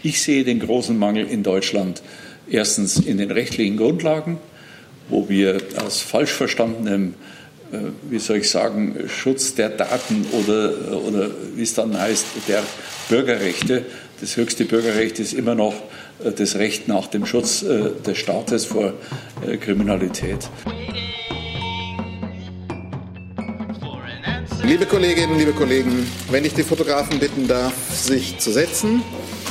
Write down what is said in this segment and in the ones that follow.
Ich sehe den großen Mangel in Deutschland erstens in den rechtlichen Grundlagen, wo wir aus falsch verstandenem, Schutz der Daten oder wie es dann heißt, der Bürgerrechte. Das höchste Bürgerrecht ist immer noch das Recht nach dem Schutz des Staates vor Kriminalität. Liebe Kolleginnen, liebe Kollegen, wenn ich die Fotografen bitten darf, sich zu setzen.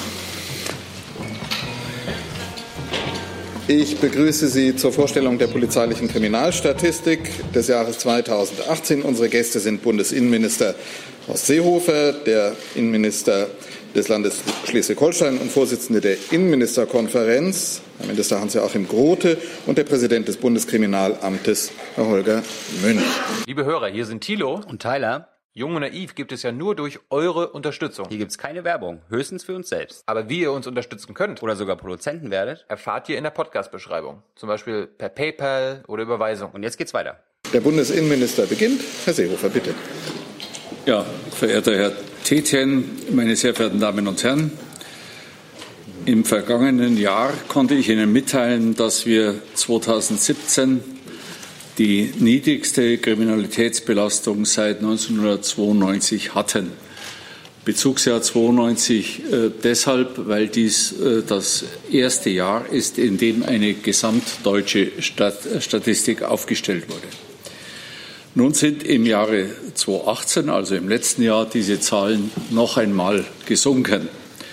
Ich begrüße Sie zur Vorstellung der polizeilichen Kriminalstatistik des Jahres 2018. Unsere Gäste sind Bundesinnenminister Horst Seehofer, der Innenminister des Landes Schleswig-Holstein und Vorsitzende der Innenministerkonferenz, Herr Minister Hans-Joachim Grote, und der Präsident des Bundeskriminalamtes, Herr Holger Münch. Liebe Hörer, hier sind Thilo und Tyler. Jung und Naiv gibt es ja nur durch eure Unterstützung. Hier gibt es keine Werbung, höchstens für uns selbst. Aber wie ihr uns unterstützen könnt oder sogar Produzenten werdet, erfahrt ihr in der Podcast-Beschreibung. Zum Beispiel per PayPal oder Überweisung. Und jetzt geht's weiter. Der Bundesinnenminister beginnt. Herr Seehofer, bitte. Ja, verehrter Herr Tietjen, meine sehr verehrten Damen und Herren, im vergangenen Jahr konnte ich Ihnen mitteilen, dass wir 2017 die niedrigste Kriminalitätsbelastung seit 1992 hatten. Bezugsjahr 92 deshalb, weil dies das erste Jahr ist, in dem eine gesamtdeutsche Statistik aufgestellt wurde. Nun sind im Jahre 2018, also im letzten Jahr, diese Zahlen noch einmal gesunken.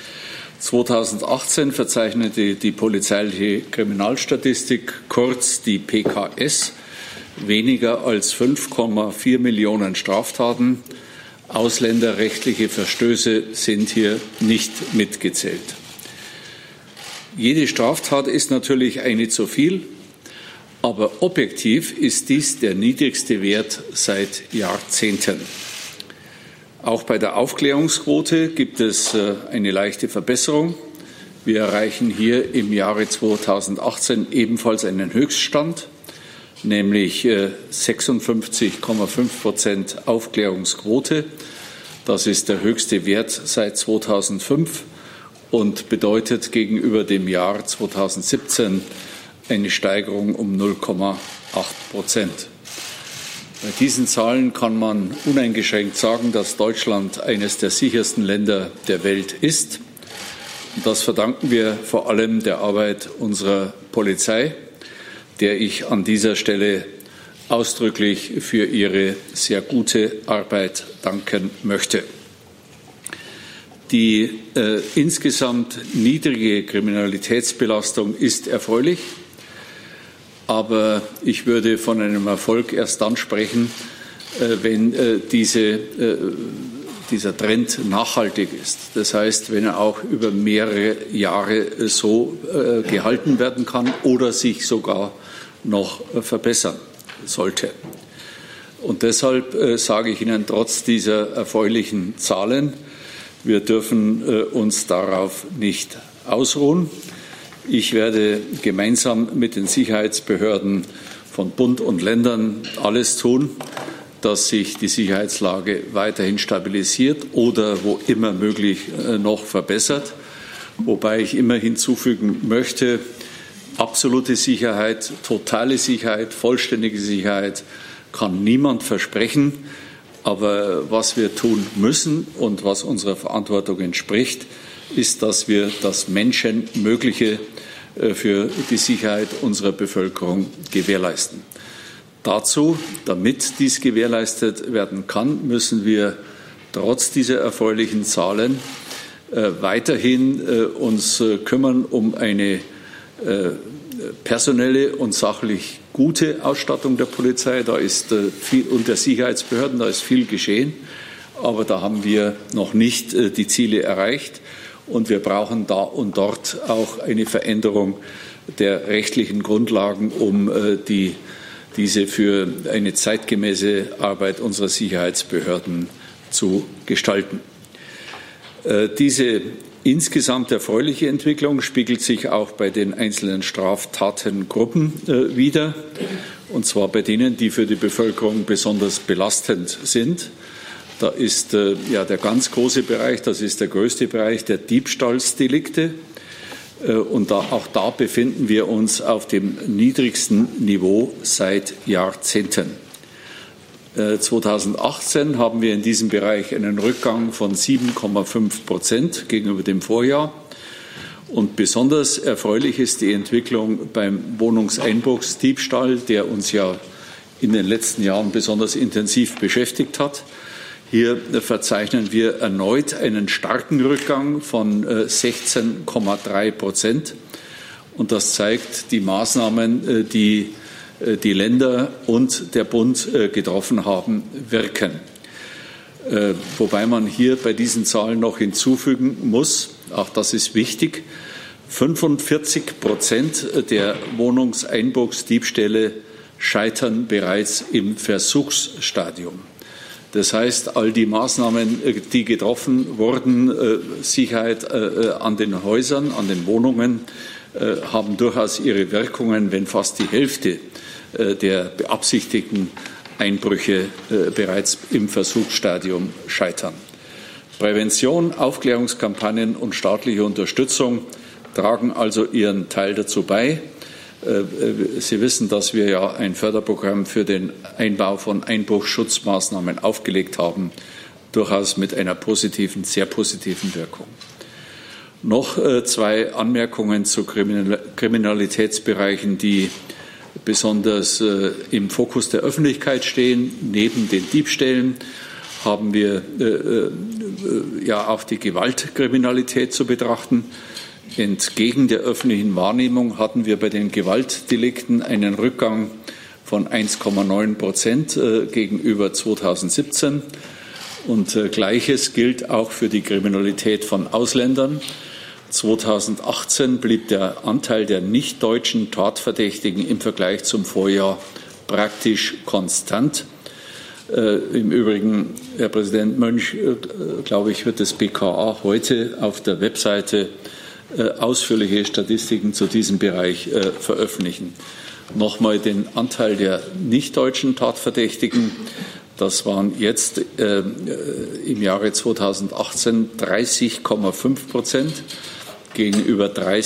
2018 verzeichnete die polizeiliche Kriminalstatistik, kurz die PKS, weniger als 5,4 Millionen Straftaten. Ausländerrechtliche Verstöße sind hier nicht mitgezählt. Jede Straftat ist natürlich eine zu viel, aber objektiv ist dies der niedrigste Wert seit Jahrzehnten. Auch bei der Aufklärungsquote gibt es eine leichte Verbesserung. Wir erreichen hier im Jahre 2018 ebenfalls einen Höchststand, nämlich 56,5% Aufklärungsquote. Das ist der höchste Wert seit 2005 und bedeutet gegenüber dem Jahr 2017 eine Steigerung um 0,8%. Bei diesen Zahlen kann man uneingeschränkt sagen, dass Deutschland eines der sichersten Länder der Welt ist. Und das verdanken wir vor allem der Arbeit unserer Polizei, der ich an dieser Stelle ausdrücklich für ihre sehr gute Arbeit danken möchte. Die insgesamt niedrige Kriminalitätsbelastung ist erfreulich. Aber ich würde von einem Erfolg erst dann sprechen, wenn dieser Trend nachhaltig ist. Das heißt, wenn er auch über mehrere Jahre so gehalten werden kann oder sich sogar noch verbessern sollte. Und deshalb sage ich Ihnen trotz dieser erfreulichen Zahlen, wir dürfen uns darauf nicht ausruhen. Ich werde gemeinsam mit den Sicherheitsbehörden von Bund und Ländern alles tun, dass sich die Sicherheitslage weiterhin stabilisiert oder wo immer möglich noch verbessert. Wobei ich immer hinzufügen möchte, absolute Sicherheit, totale Sicherheit, vollständige Sicherheit kann niemand versprechen. Aber was wir tun müssen und was unserer Verantwortung entspricht, ist, dass wir das Menschenmögliche für die Sicherheit unserer Bevölkerung gewährleisten. Dazu, damit dies gewährleistet werden kann, müssen wir trotz dieser erfreulichen Zahlen weiterhin uns kümmern um eine personelle und sachlich gute Ausstattung der Polizei. Da ist viel und der Sicherheitsbehörden, da ist viel geschehen, aber da haben wir noch nicht die Ziele erreicht. Und wir brauchen da und dort auch eine Veränderung der rechtlichen Grundlagen, um diese für eine zeitgemäße Arbeit unserer Sicherheitsbehörden zu gestalten. Diese insgesamt erfreuliche Entwicklung spiegelt sich auch bei den einzelnen Straftatengruppen wider, und zwar bei denen, die für die Bevölkerung besonders belastend sind. Da ist der ganz große Bereich, das ist der größte Bereich der Diebstahlsdelikte. Und auch da befinden wir uns auf dem niedrigsten Niveau seit Jahrzehnten. 2018 haben wir in diesem Bereich einen Rückgang von 7,5% gegenüber dem Vorjahr. Und besonders erfreulich ist die Entwicklung beim Wohnungseinbruchsdiebstahl, der uns ja in den letzten Jahren besonders intensiv beschäftigt hat. Hier verzeichnen wir erneut einen starken Rückgang von 16,3%. Und das zeigt die Maßnahmen, die die Länder und der Bund getroffen haben, wirken. Wobei man hier bei diesen Zahlen noch hinzufügen muss, auch das ist wichtig, 45% der Wohnungseinbruchsdiebstähle scheitern bereits im Versuchsstadium. Das heißt, all die Maßnahmen, die getroffen wurden, Sicherheit an den Häusern, an den Wohnungen, haben durchaus ihre Wirkungen, wenn fast die Hälfte der beabsichtigten Einbrüche bereits im Versuchsstadium scheitern. Prävention, Aufklärungskampagnen und staatliche Unterstützung tragen also ihren Teil dazu bei. Sie wissen, dass wir ja ein Förderprogramm für den Einbau von Einbruchsschutzmaßnahmen aufgelegt haben, durchaus mit einer sehr positiven Wirkung. Noch zwei Anmerkungen zu Kriminalitätsbereichen, die besonders im Fokus der Öffentlichkeit stehen. Neben den Diebstählen haben wir auch die Gewaltkriminalität zu betrachten. Entgegen der öffentlichen Wahrnehmung hatten wir bei den Gewaltdelikten einen Rückgang von 1,9% gegenüber 2017. Und Gleiches gilt auch für die Kriminalität von Ausländern. 2018 blieb der Anteil der nicht-deutschen Tatverdächtigen im Vergleich zum Vorjahr praktisch konstant. Im Übrigen, Herr Präsident Mönch, glaube ich, wird das BKA heute auf der Webseite ausführliche Statistiken zu diesem Bereich veröffentlichen. Nochmal den Anteil der nicht-deutschen Tatverdächtigen. Das waren jetzt im Jahre 2018 30,5% gegenüber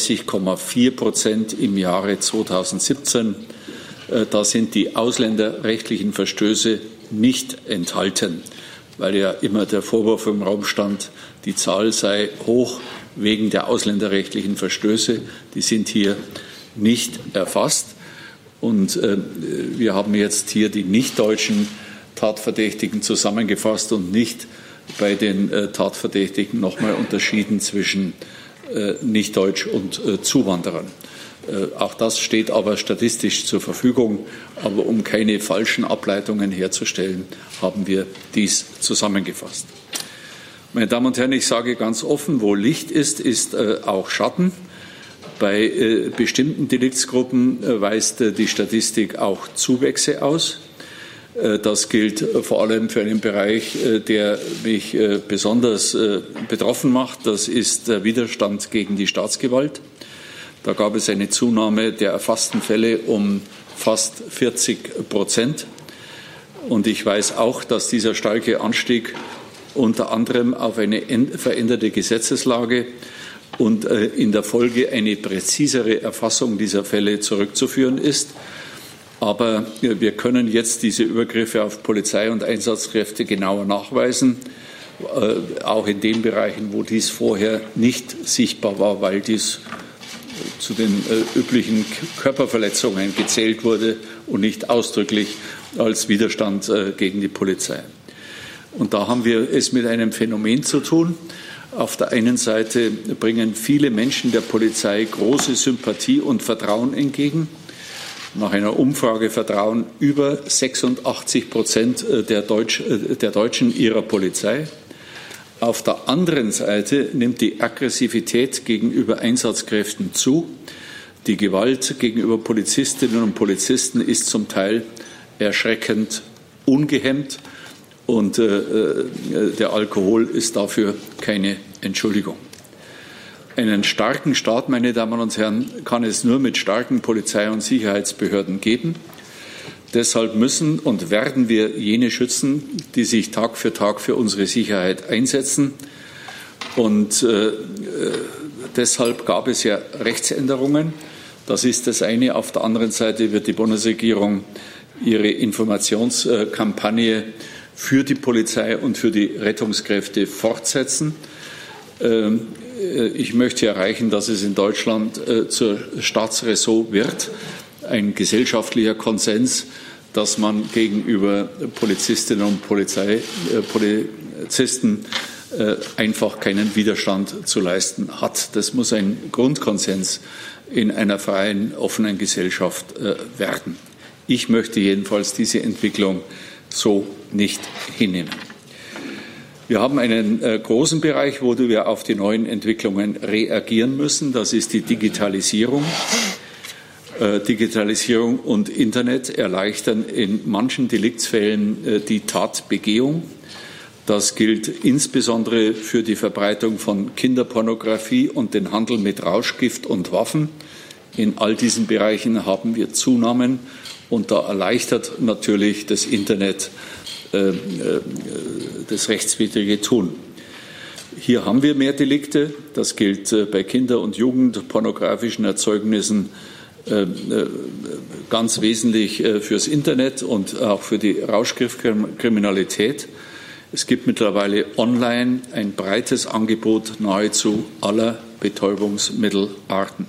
30,4% im Jahre 2017. Da sind die ausländerrechtlichen Verstöße nicht enthalten, weil ja immer der Vorwurf im Raum stand, die Zahl sei hoch wegen der ausländerrechtlichen Verstöße. Die sind hier nicht erfasst. Und wir haben jetzt hier die nicht-deutschen Tatverdächtigen zusammengefasst und nicht bei den Tatverdächtigen nochmal unterschieden zwischen Nicht-Deutsch und Zuwanderern. Auch das steht aber statistisch zur Verfügung. Aber um keine falschen Ableitungen herzustellen, haben wir dies zusammengefasst. Meine Damen und Herren, ich sage ganz offen, wo Licht ist, ist auch Schatten. Bei bestimmten Deliktsgruppen weist die Statistik auch Zuwächse aus. Das gilt vor allem für einen Bereich, der mich besonders betroffen macht. Das ist der Widerstand gegen die Staatsgewalt. Da gab es eine Zunahme der erfassten Fälle um fast 40%. Und ich weiß auch, dass dieser starke Anstieg unter anderem auf eine veränderte Gesetzeslage und in der Folge eine präzisere Erfassung dieser Fälle zurückzuführen ist. Aber wir können jetzt diese Übergriffe auf Polizei und Einsatzkräfte genauer nachweisen, auch in den Bereichen, wo dies vorher nicht sichtbar war, weil dies zu den üblichen Körperverletzungen gezählt wurde und nicht ausdrücklich als Widerstand gegen die Polizei. Und da haben wir es mit einem Phänomen zu tun. Auf der einen Seite bringen viele Menschen der Polizei große Sympathie und Vertrauen entgegen. Nach einer Umfrage vertrauen über 86% der Deutschen ihrer Polizei. Auf der anderen Seite nimmt die Aggressivität gegenüber Einsatzkräften zu. Die Gewalt gegenüber Polizistinnen und Polizisten ist zum Teil erschreckend ungehemmt. Und der Alkohol ist dafür keine Entschuldigung. Einen starken Staat, meine Damen und Herren, kann es nur mit starken Polizei- und Sicherheitsbehörden geben. Deshalb müssen und werden wir jene schützen, die sich Tag für unsere Sicherheit einsetzen. Und deshalb gab es ja Rechtsänderungen. Das ist das eine. Auf der anderen Seite wird die Bundesregierung ihre Informationskampagne für die Polizei und für die Rettungskräfte fortsetzen. Ich möchte erreichen, dass es in Deutschland zur Staatsräson wird, ein gesellschaftlicher Konsens, dass man gegenüber Polizistinnen und Polizisten einfach keinen Widerstand zu leisten hat. Das muss ein Grundkonsens in einer freien, offenen Gesellschaft werden. Ich möchte jedenfalls diese Entwicklung so nicht hinnehmen. Wir haben einen großen Bereich, wo wir auf die neuen Entwicklungen reagieren müssen. Das ist die Digitalisierung. Digitalisierung und Internet erleichtern in manchen Deliktsfällen die Tatbegehung. Das gilt insbesondere für die Verbreitung von Kinderpornografie und den Handel mit Rauschgift und Waffen. In all diesen Bereichen haben wir Zunahmen, und da erleichtert natürlich das Internet das rechtswidrige Tun. Hier haben wir mehr Delikte. Das gilt bei Kinder- und Jugendpornografischen Erzeugnissen ganz wesentlich fürs Internet und auch für die Rauschgiftkriminalität. Es gibt mittlerweile online ein breites Angebot nahezu aller Betäubungsmittelarten.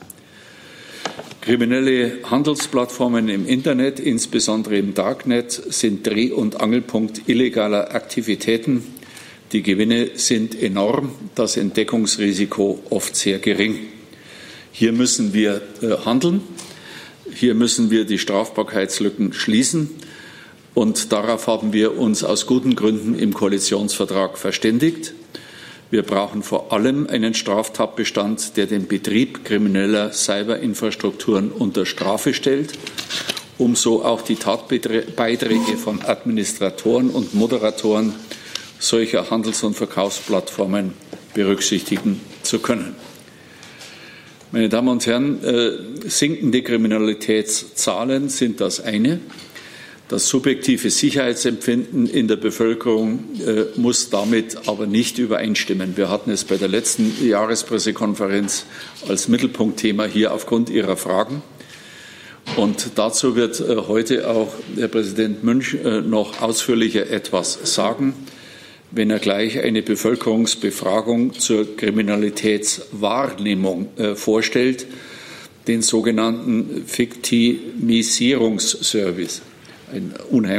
Kriminelle Handelsplattformen im Internet, insbesondere im Darknet, sind Dreh- und Angelpunkt illegaler Aktivitäten. Die Gewinne sind enorm, das Entdeckungsrisiko oft sehr gering. Hier müssen wir handeln. Hier müssen wir die Strafbarkeitslücken schließen. Und darauf haben wir uns aus guten Gründen im Koalitionsvertrag verständigt. Wir brauchen vor allem einen Straftatbestand, der den Betrieb krimineller Cyberinfrastrukturen unter Strafe stellt, um so auch die Tatbeiträge von Administratoren und Moderatoren solcher Handels- und Verkaufsplattformen berücksichtigen zu können. Meine Damen und Herren, sinkende Kriminalitätszahlen sind das eine. Das subjektive Sicherheitsempfinden in der Bevölkerung muss damit aber nicht übereinstimmen. Wir hatten es bei der letzten Jahrespressekonferenz als Mittelpunktthema hier aufgrund Ihrer Fragen. Und dazu wird heute auch Herr Präsident Münch noch ausführlicher etwas sagen, wenn er gleich eine Bevölkerungsbefragung zur Kriminalitätswahrnehmung vorstellt, den sogenannten Viktimisierungsservice. Eine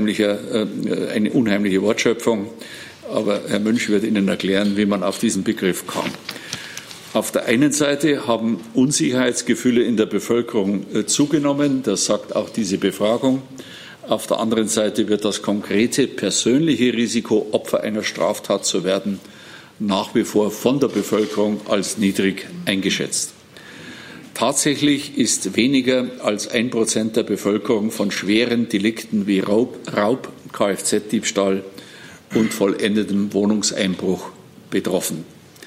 unheimliche Wortschöpfung, aber Herr Münch wird Ihnen erklären, wie man auf diesen Begriff kam. Auf der einen Seite haben Unsicherheitsgefühle in der Bevölkerung zugenommen, das sagt auch diese Befragung. Auf der anderen Seite wird das konkrete persönliche Risiko, Opfer einer Straftat zu werden, nach wie vor von der Bevölkerung als niedrig eingeschätzt. Tatsächlich ist weniger als 1% der Bevölkerung von schweren Delikten wie Raub, Kfz-Diebstahl und vollendetem Wohnungseinbruch betroffen.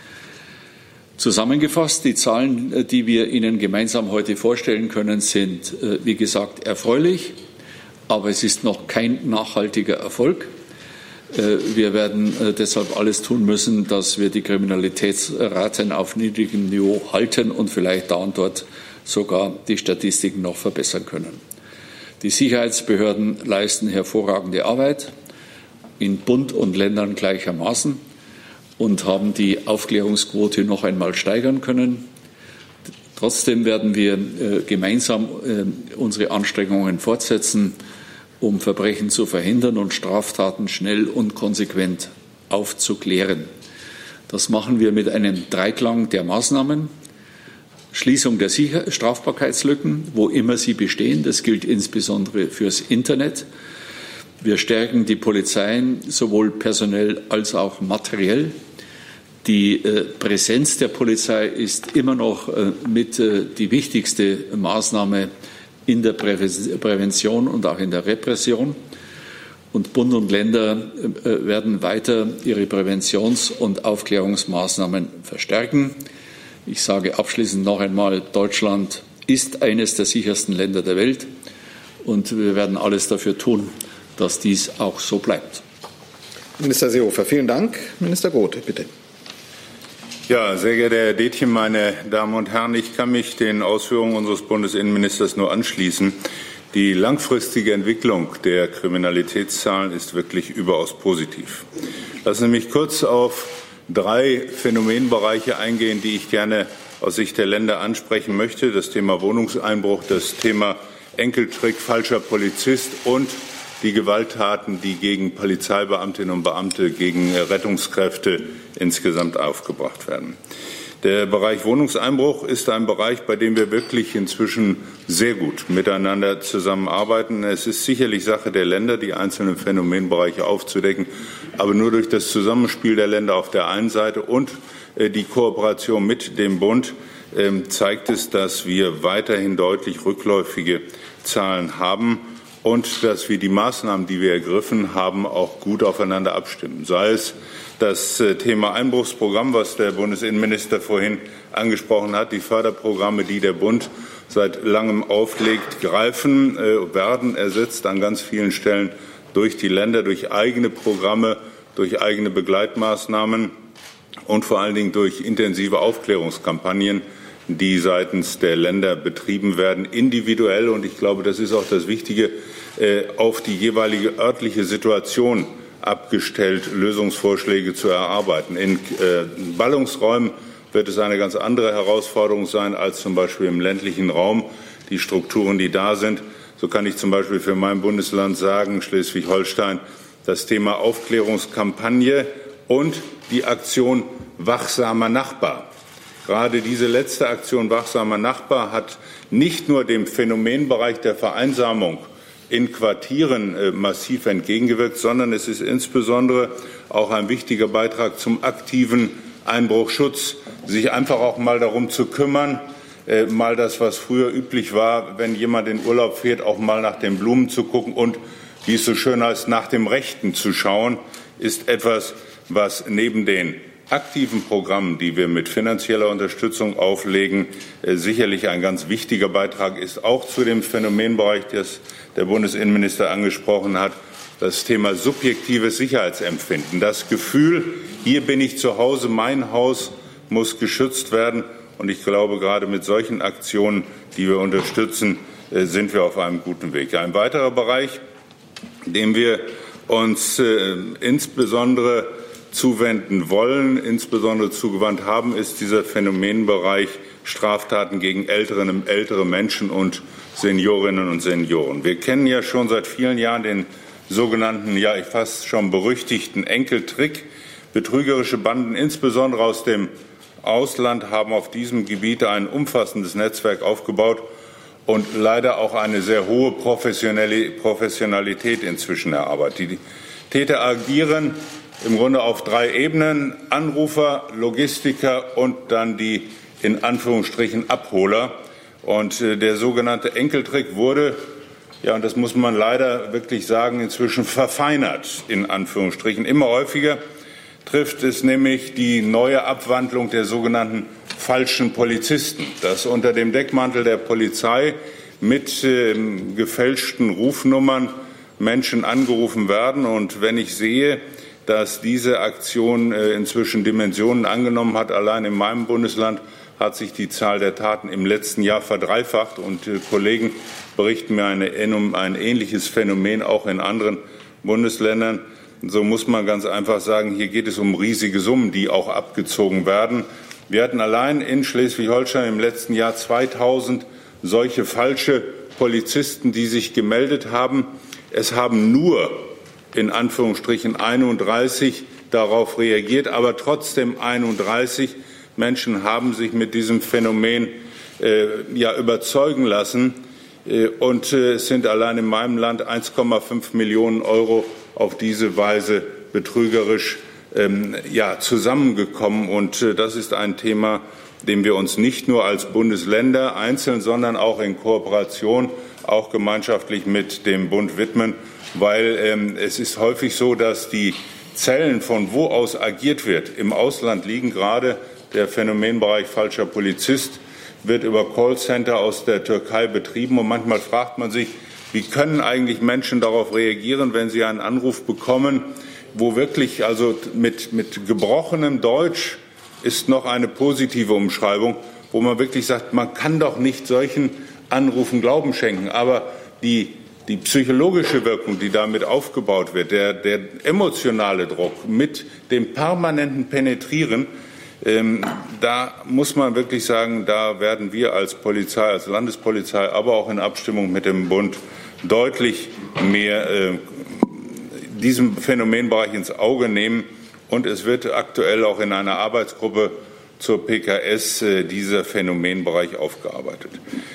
Zusammengefasst, die Zahlen, die wir Ihnen gemeinsam heute vorstellen können, sind, wie gesagt, erfreulich, aber es ist noch kein nachhaltiger Erfolg. Wir werden deshalb alles tun müssen, dass wir die Kriminalitätsraten auf niedrigem Niveau halten und vielleicht da und dort sogar die Statistiken noch verbessern können. Die Sicherheitsbehörden leisten hervorragende Arbeit in Bund und Ländern gleichermaßen und haben die Aufklärungsquote noch einmal steigern können. Trotzdem werden wir gemeinsam unsere Anstrengungen fortsetzen, um Verbrechen zu verhindern und Straftaten schnell und konsequent aufzuklären. Das machen wir mit einem Dreiklang der Maßnahmen. Schließung der Strafbarkeitslücken, wo immer sie bestehen. Das gilt insbesondere fürs Internet. Wir stärken die Polizeien sowohl personell als auch materiell. Die Präsenz der Polizei ist immer noch mit die wichtigste Maßnahme in der Prävention und auch in der Repression. Und Bund und Länder werden weiter ihre Präventions- und Aufklärungsmaßnahmen verstärken. Ich sage abschließend noch einmal, Deutschland ist eines der sichersten Länder der Welt. Und wir werden alles dafür tun, dass dies auch so bleibt. Minister Seehofer, vielen Dank. Minister Groth, bitte. Ja, sehr geehrter Herr Detjen, meine Damen und Herren, ich kann mich den Ausführungen unseres Bundesinnenministers nur anschließen. Die langfristige Entwicklung der Kriminalitätszahlen ist wirklich überaus positiv. Lassen Sie mich kurz auf 3 Phänomenbereiche eingehen, die ich gerne aus Sicht der Länder ansprechen möchte. Das Thema Wohnungseinbruch, das Thema Enkeltrick, falscher Polizist und die Gewalttaten, die gegen Polizeibeamtinnen und Beamte, gegen Rettungskräfte insgesamt aufgebracht werden. Der Bereich Wohnungseinbruch ist ein Bereich, bei dem wir wirklich inzwischen sehr gut miteinander zusammenarbeiten. Es ist sicherlich Sache der Länder, die einzelnen Phänomenbereiche aufzudecken, aber nur durch das Zusammenspiel der Länder auf der einen Seite und die Kooperation mit dem Bund zeigt es, dass wir weiterhin deutlich rückläufige Zahlen haben und dass wir die Maßnahmen, die wir ergriffen haben, auch gut aufeinander abstimmen. Sei es das Thema Einbruchsprogramm, was der Bundesinnenminister vorhin angesprochen hat, die Förderprogramme, die der Bund seit langem auflegt, werden ersetzt an ganz vielen Stellen durch die Länder, durch eigene Programme, durch eigene Begleitmaßnahmen und vor allen Dingen durch intensive Aufklärungskampagnen, die seitens der Länder betrieben werden, individuell, und ich glaube, das ist auch das Wichtige, auf die jeweilige örtliche Situation abgestellt, Lösungsvorschläge zu erarbeiten. In Ballungsräumen wird es eine ganz andere Herausforderung sein als zum Beispiel im ländlichen Raum. Die Strukturen, die da sind, so kann ich zum Beispiel für mein Bundesland sagen, Schleswig-Holstein, das Thema Aufklärungskampagne und die Aktion Wachsamer Nachbar. Gerade diese letzte Aktion Wachsamer Nachbar hat nicht nur dem Phänomenbereich der Vereinsamung in Quartieren massiv entgegengewirkt, sondern es ist insbesondere auch ein wichtiger Beitrag zum aktiven Einbruchschutz, sich einfach auch mal darum zu kümmern, mal das, was früher üblich war, wenn jemand in Urlaub fährt, auch mal nach den Blumen zu gucken und, wie es so schön heißt, nach dem Rechten zu schauen, ist etwas, was neben den aktiven Programmen, die wir mit finanzieller Unterstützung auflegen, sicherlich ein ganz wichtiger Beitrag ist, auch zu dem Phänomenbereich, das der Bundesinnenminister angesprochen hat, das Thema subjektives Sicherheitsempfinden. Das Gefühl, hier bin ich zu Hause, mein Haus muss geschützt werden. Und ich glaube, gerade mit solchen Aktionen, die wir unterstützen, sind wir auf einem guten Weg. Ein weiterer Bereich, dem wir uns insbesondere zuwenden wollen, insbesondere zugewandt haben, ist dieser Phänomenbereich Straftaten gegen ältere Menschen und Seniorinnen und Senioren. Wir kennen ja schon seit vielen Jahren den sogenannten, ja fast schon berüchtigten Enkeltrick. Betrügerische Banden, insbesondere aus dem Ausland, haben auf diesem Gebiet ein umfassendes Netzwerk aufgebaut und leider auch eine sehr hohe Professionalität inzwischen erarbeitet. Die Täter agieren im Grunde auf 3 Ebenen: Anrufer, Logistiker und dann die in Anführungsstrichen Abholer. Und der sogenannte Enkeltrick wurde, ja, und das muss man leider wirklich sagen, inzwischen verfeinert, in Anführungsstrichen. Immer häufiger trifft es nämlich die neue Abwandlung der sogenannten falschen Polizisten, dass unter dem Deckmantel der Polizei mit gefälschten Rufnummern Menschen angerufen werden. Und wenn ich sehe, dass diese Aktion inzwischen Dimensionen angenommen hat, allein in meinem Bundesland hat sich die Zahl der Taten im letzten Jahr verdreifacht. Und Kollegen berichten mir ein ähnliches Phänomen auch in anderen Bundesländern. So muss man ganz einfach sagen, hier geht es um riesige Summen, die auch abgezogen werden. Wir hatten allein in Schleswig-Holstein im letzten Jahr 2000 solche falsche Polizisten, die sich gemeldet haben. Es haben nur in Anführungsstrichen 31 darauf reagiert, aber trotzdem 31 Menschen haben sich mit diesem Phänomen überzeugen lassen und es sind allein in meinem Land 1,5 Millionen Euro auf diese Weise betrügerisch zusammengekommen. Und das ist ein Thema, dem wir uns nicht nur als Bundesländer einzeln, sondern auch in Kooperation, auch gemeinschaftlich mit dem Bund widmen, weil es ist häufig so, dass die Zellen, von wo aus agiert wird, im Ausland liegen. Gerade der Phänomenbereich falscher Polizist wird über Callcenter aus der Türkei betrieben. Und manchmal fragt man sich, Wie können eigentlich Menschen darauf reagieren, wenn sie einen Anruf bekommen, wo wirklich, also mit gebrochenem Deutsch ist noch eine positive Umschreibung, wo man wirklich sagt, man kann doch nicht solchen Anrufen Glauben schenken. Aber die psychologische Wirkung, die damit aufgebaut wird, der emotionale Druck mit dem permanenten Penetrieren, da muss man wirklich sagen, da werden wir als Polizei, als Landespolizei, aber auch in Abstimmung mit dem Bund deutlich mehr diesem Phänomenbereich ins Auge nehmen. Und es wird aktuell auch in einer Arbeitsgruppe zur PKS dieser Phänomenbereich aufgearbeitet.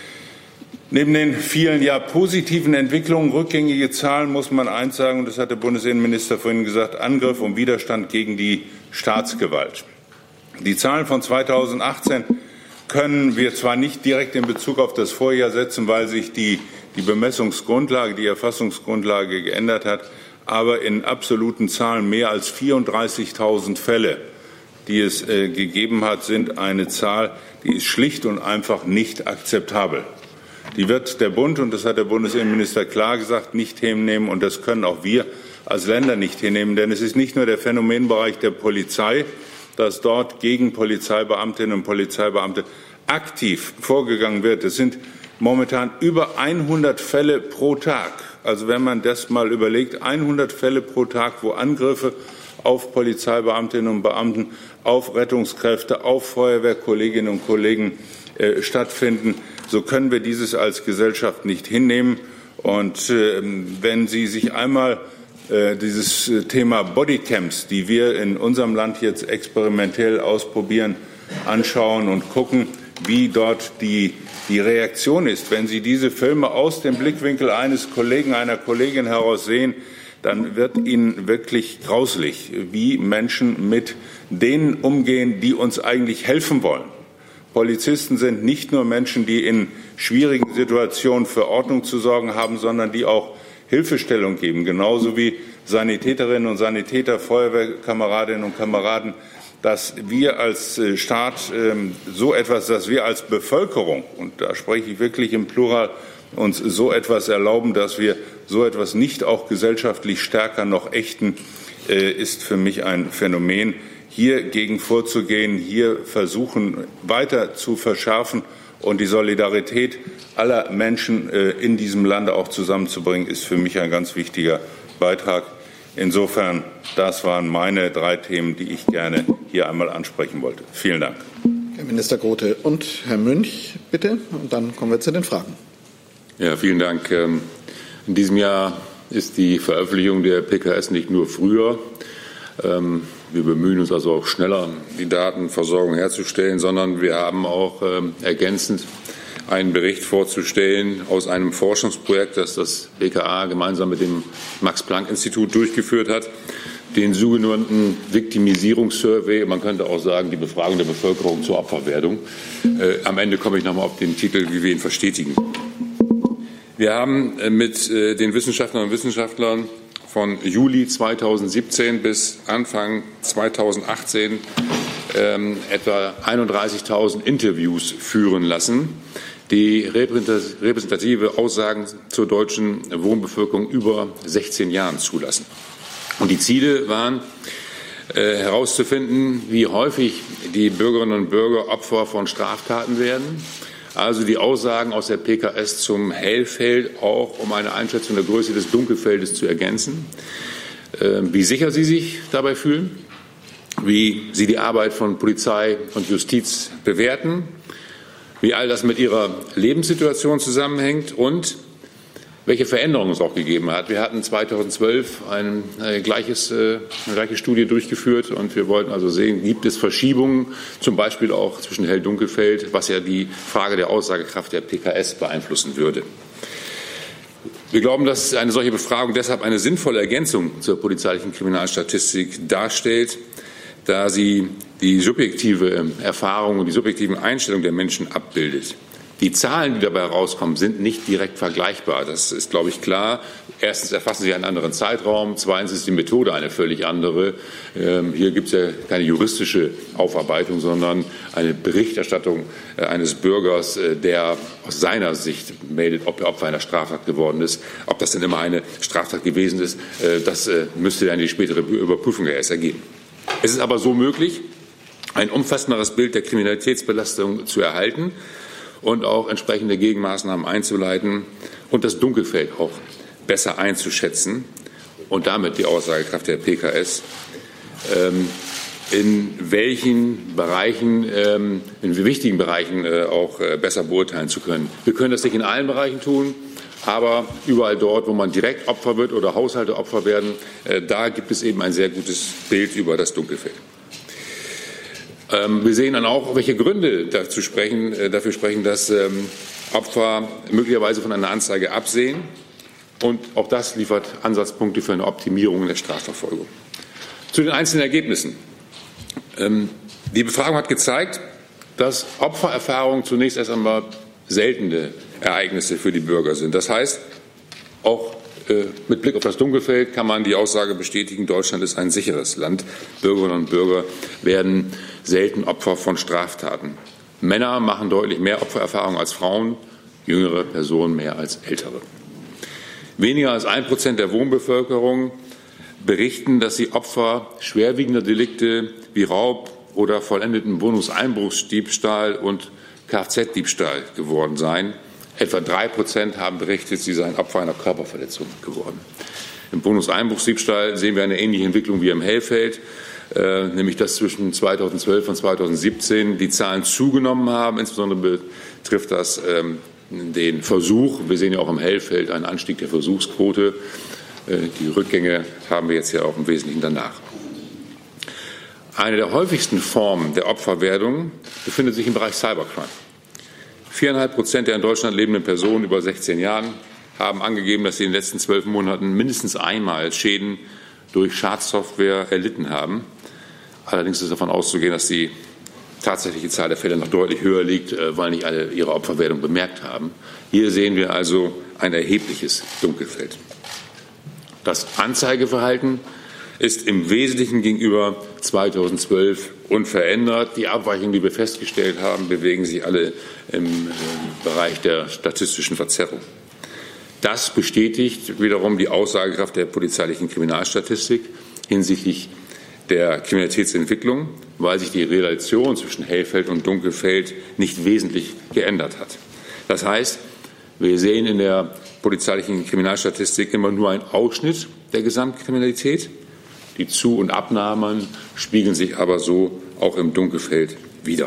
Neben den vielen positiven Entwicklungen, rückgängige Zahlen, muss man eins sagen, und das hat der Bundesinnenminister vorhin gesagt, Angriff und Widerstand gegen die Staatsgewalt. Die Zahlen von 2018 können wir zwar nicht direkt in Bezug auf das Vorjahr setzen, weil sich die Bemessungsgrundlage, die Erfassungsgrundlage geändert hat, aber in absoluten Zahlen mehr als 34.000 Fälle, die es gegeben hat, sind eine Zahl, die ist schlicht und einfach nicht akzeptabel. Die wird der Bund, und das hat der Bundesinnenminister klar gesagt, nicht hinnehmen, und das können auch wir als Länder nicht hinnehmen. Denn es ist nicht nur der Phänomenbereich der Polizei, dass dort gegen Polizeibeamtinnen und Polizeibeamte aktiv vorgegangen wird. Es sind momentan über 100 Fälle pro Tag. Also wenn man das mal überlegt, 100 Fälle pro Tag, wo Angriffe auf Polizeibeamtinnen und Beamten, auf Rettungskräfte, auf Feuerwehrkolleginnen und Kollegen stattfinden. So können wir dieses als Gesellschaft nicht hinnehmen. Und wenn Sie sich einmal dieses Thema Bodycams, die wir in unserem Land jetzt experimentell ausprobieren, anschauen und gucken, wie dort die Reaktion ist. Wenn Sie diese Filme aus dem Blickwinkel eines Kollegen, einer Kollegin heraus sehen, dann wird Ihnen wirklich grauslich, wie Menschen mit denen umgehen, die uns eigentlich helfen wollen. Polizisten sind nicht nur Menschen, die in schwierigen Situationen für Ordnung zu sorgen haben, sondern die auch Hilfestellung geben, genauso wie Sanitäterinnen und Sanitäter, Feuerwehrkameradinnen und Kameraden, dass wir als Staat dass wir als Bevölkerung, und da spreche ich wirklich im Plural, uns so etwas erlauben, dass wir so etwas nicht auch gesellschaftlich stärker noch ächten, ist für mich ein Phänomen. Hier gegen vorzugehen, hier versuchen weiter zu verschärfen und die Solidarität aller Menschen in diesem Lande auch zusammenzubringen, ist für mich ein ganz wichtiger Beitrag. Insofern, das waren meine 3 Themen, die ich gerne hier einmal ansprechen wollte. Vielen Dank. Herr Minister Grote und Herr Münch, bitte. Und dann kommen wir zu den Fragen. Ja, vielen Dank. In diesem Jahr ist die Veröffentlichung der PKS nicht nur früher. Wir bemühen uns also auch schneller, die Datenversorgung herzustellen, sondern wir haben auch ergänzend einen Bericht vorzustellen aus einem Forschungsprojekt, das das BKA gemeinsam mit dem Max-Planck-Institut durchgeführt hat, den sogenannten Viktimisierungssurvey. Man könnte auch sagen, die Befragung der Bevölkerung zur Opferwerdung. Am Ende komme ich noch mal auf den Titel, wie wir ihn verstetigen. Wir haben mit den Wissenschaftlerinnen und Wissenschaftlern von Juli 2017 bis Anfang 2018 etwa 31.000 Interviews führen lassen, die repräsentative Aussagen zur deutschen Wohnbevölkerung über 16 Jahren zulassen. Und die Ziele waren, herauszufinden, wie häufig die Bürgerinnen und Bürger Opfer von Straftaten werden, also die Aussagen aus der PKS zum Hellfeld, auch um eine Einschätzung der Größe des Dunkelfeldes zu ergänzen, wie sicher sie sich dabei fühlen, wie sie die Arbeit von Polizei und Justiz bewerten, wie all das mit ihrer Lebenssituation zusammenhängt und welche Veränderungen es auch gegeben hat. Wir hatten 2012 eine gleiche Studie durchgeführt und wir wollten also sehen, gibt es Verschiebungen, zum Beispiel auch zwischen Hell-Dunkelfeld, was ja die Frage der Aussagekraft der PKS beeinflussen würde. Wir glauben, dass eine solche Befragung deshalb eine sinnvolle Ergänzung zur polizeilichen Kriminalstatistik darstellt, da sie die subjektive Erfahrung und die subjektiven Einstellungen der Menschen abbildet. Die Zahlen, die dabei herauskommen, sind nicht direkt vergleichbar. Das ist, glaube ich, klar. Erstens erfassen sie einen anderen Zeitraum. Zweitens ist die Methode eine völlig andere. Hier gibt es ja keine juristische Aufarbeitung, sondern eine Berichterstattung eines Bürgers, der aus seiner Sicht meldet, ob er Opfer einer Straftat geworden ist. Ob das denn immer eine Straftat gewesen ist, das müsste dann die spätere Überprüfung erst ergeben. Es ist aber so möglich, ein umfassenderes Bild der Kriminalitätsbelastung zu erhalten und auch entsprechende Gegenmaßnahmen einzuleiten und das Dunkelfeld auch besser einzuschätzen und damit die Aussagekraft der PKS, in welchen Bereichen, in wichtigen Bereichen auch besser beurteilen zu können. Wir können das nicht in allen Bereichen tun, aber überall dort, wo man direkt Opfer wird oder Haushalte Opfer werden, da gibt es eben ein sehr gutes Bild über das Dunkelfeld. Wir sehen dann auch, welche Gründe dafür sprechen, dass Opfer möglicherweise von einer Anzeige absehen. Und auch das liefert Ansatzpunkte für eine Optimierung der Strafverfolgung. Zu den einzelnen Ergebnissen. Die Befragung hat gezeigt, dass Opfererfahrungen zunächst erst einmal seltene Ereignisse für die Bürger sind. Das heißt, auch mit Blick auf das Dunkelfeld kann man die Aussage bestätigen, Deutschland ist ein sicheres Land. Bürgerinnen und Bürger werden selten Opfer von Straftaten. Männer machen deutlich mehr Opfererfahrungen als Frauen, jüngere Personen mehr als ältere. Weniger als 1% der Wohnbevölkerung berichten, dass sie Opfer schwerwiegender Delikte wie Raub oder vollendeten Wohnungseinbruchsdiebstahl und Kfz-Diebstahl geworden seien. Etwa 3% haben berichtet, sie seien Opfer einer Körperverletzung geworden. Im Wohnungseinbruchsdiebstahl sehen wir eine ähnliche Entwicklung wie im Hellfeld, nämlich dass zwischen 2012 und 2017 die Zahlen zugenommen haben. Insbesondere betrifft das den Versuch. Wir sehen ja auch im Hellfeld einen Anstieg der Versuchsquote. Die Rückgänge haben wir jetzt ja auch im Wesentlichen danach. Eine der häufigsten Formen der Opferwerdung befindet sich im Bereich Cybercrime. 4,5% der in Deutschland lebenden Personen über 16 Jahren haben angegeben, dass sie in den letzten 12 Monaten mindestens einmal Schäden durch Schadsoftware erlitten haben. Allerdings ist davon auszugehen, dass die tatsächliche Zahl der Fälle noch deutlich höher liegt, weil nicht alle ihre Opferwerdung bemerkt haben. Hier sehen wir also ein erhebliches Dunkelfeld. Das Anzeigeverhalten ist im Wesentlichen gegenüber 2012 unverändert. Die Abweichungen, die wir festgestellt haben, bewegen sich alle im Bereich der statistischen Verzerrung. Das bestätigt wiederum die Aussagekraft der polizeilichen Kriminalstatistik hinsichtlich der Kriminalitätsentwicklung, weil sich die Relation zwischen Hellfeld und Dunkelfeld nicht wesentlich geändert hat. Das heißt, wir sehen in der polizeilichen Kriminalstatistik immer nur einen Ausschnitt der Gesamtkriminalität. Die Zu- und Abnahmen spiegeln sich aber so auch im Dunkelfeld wider.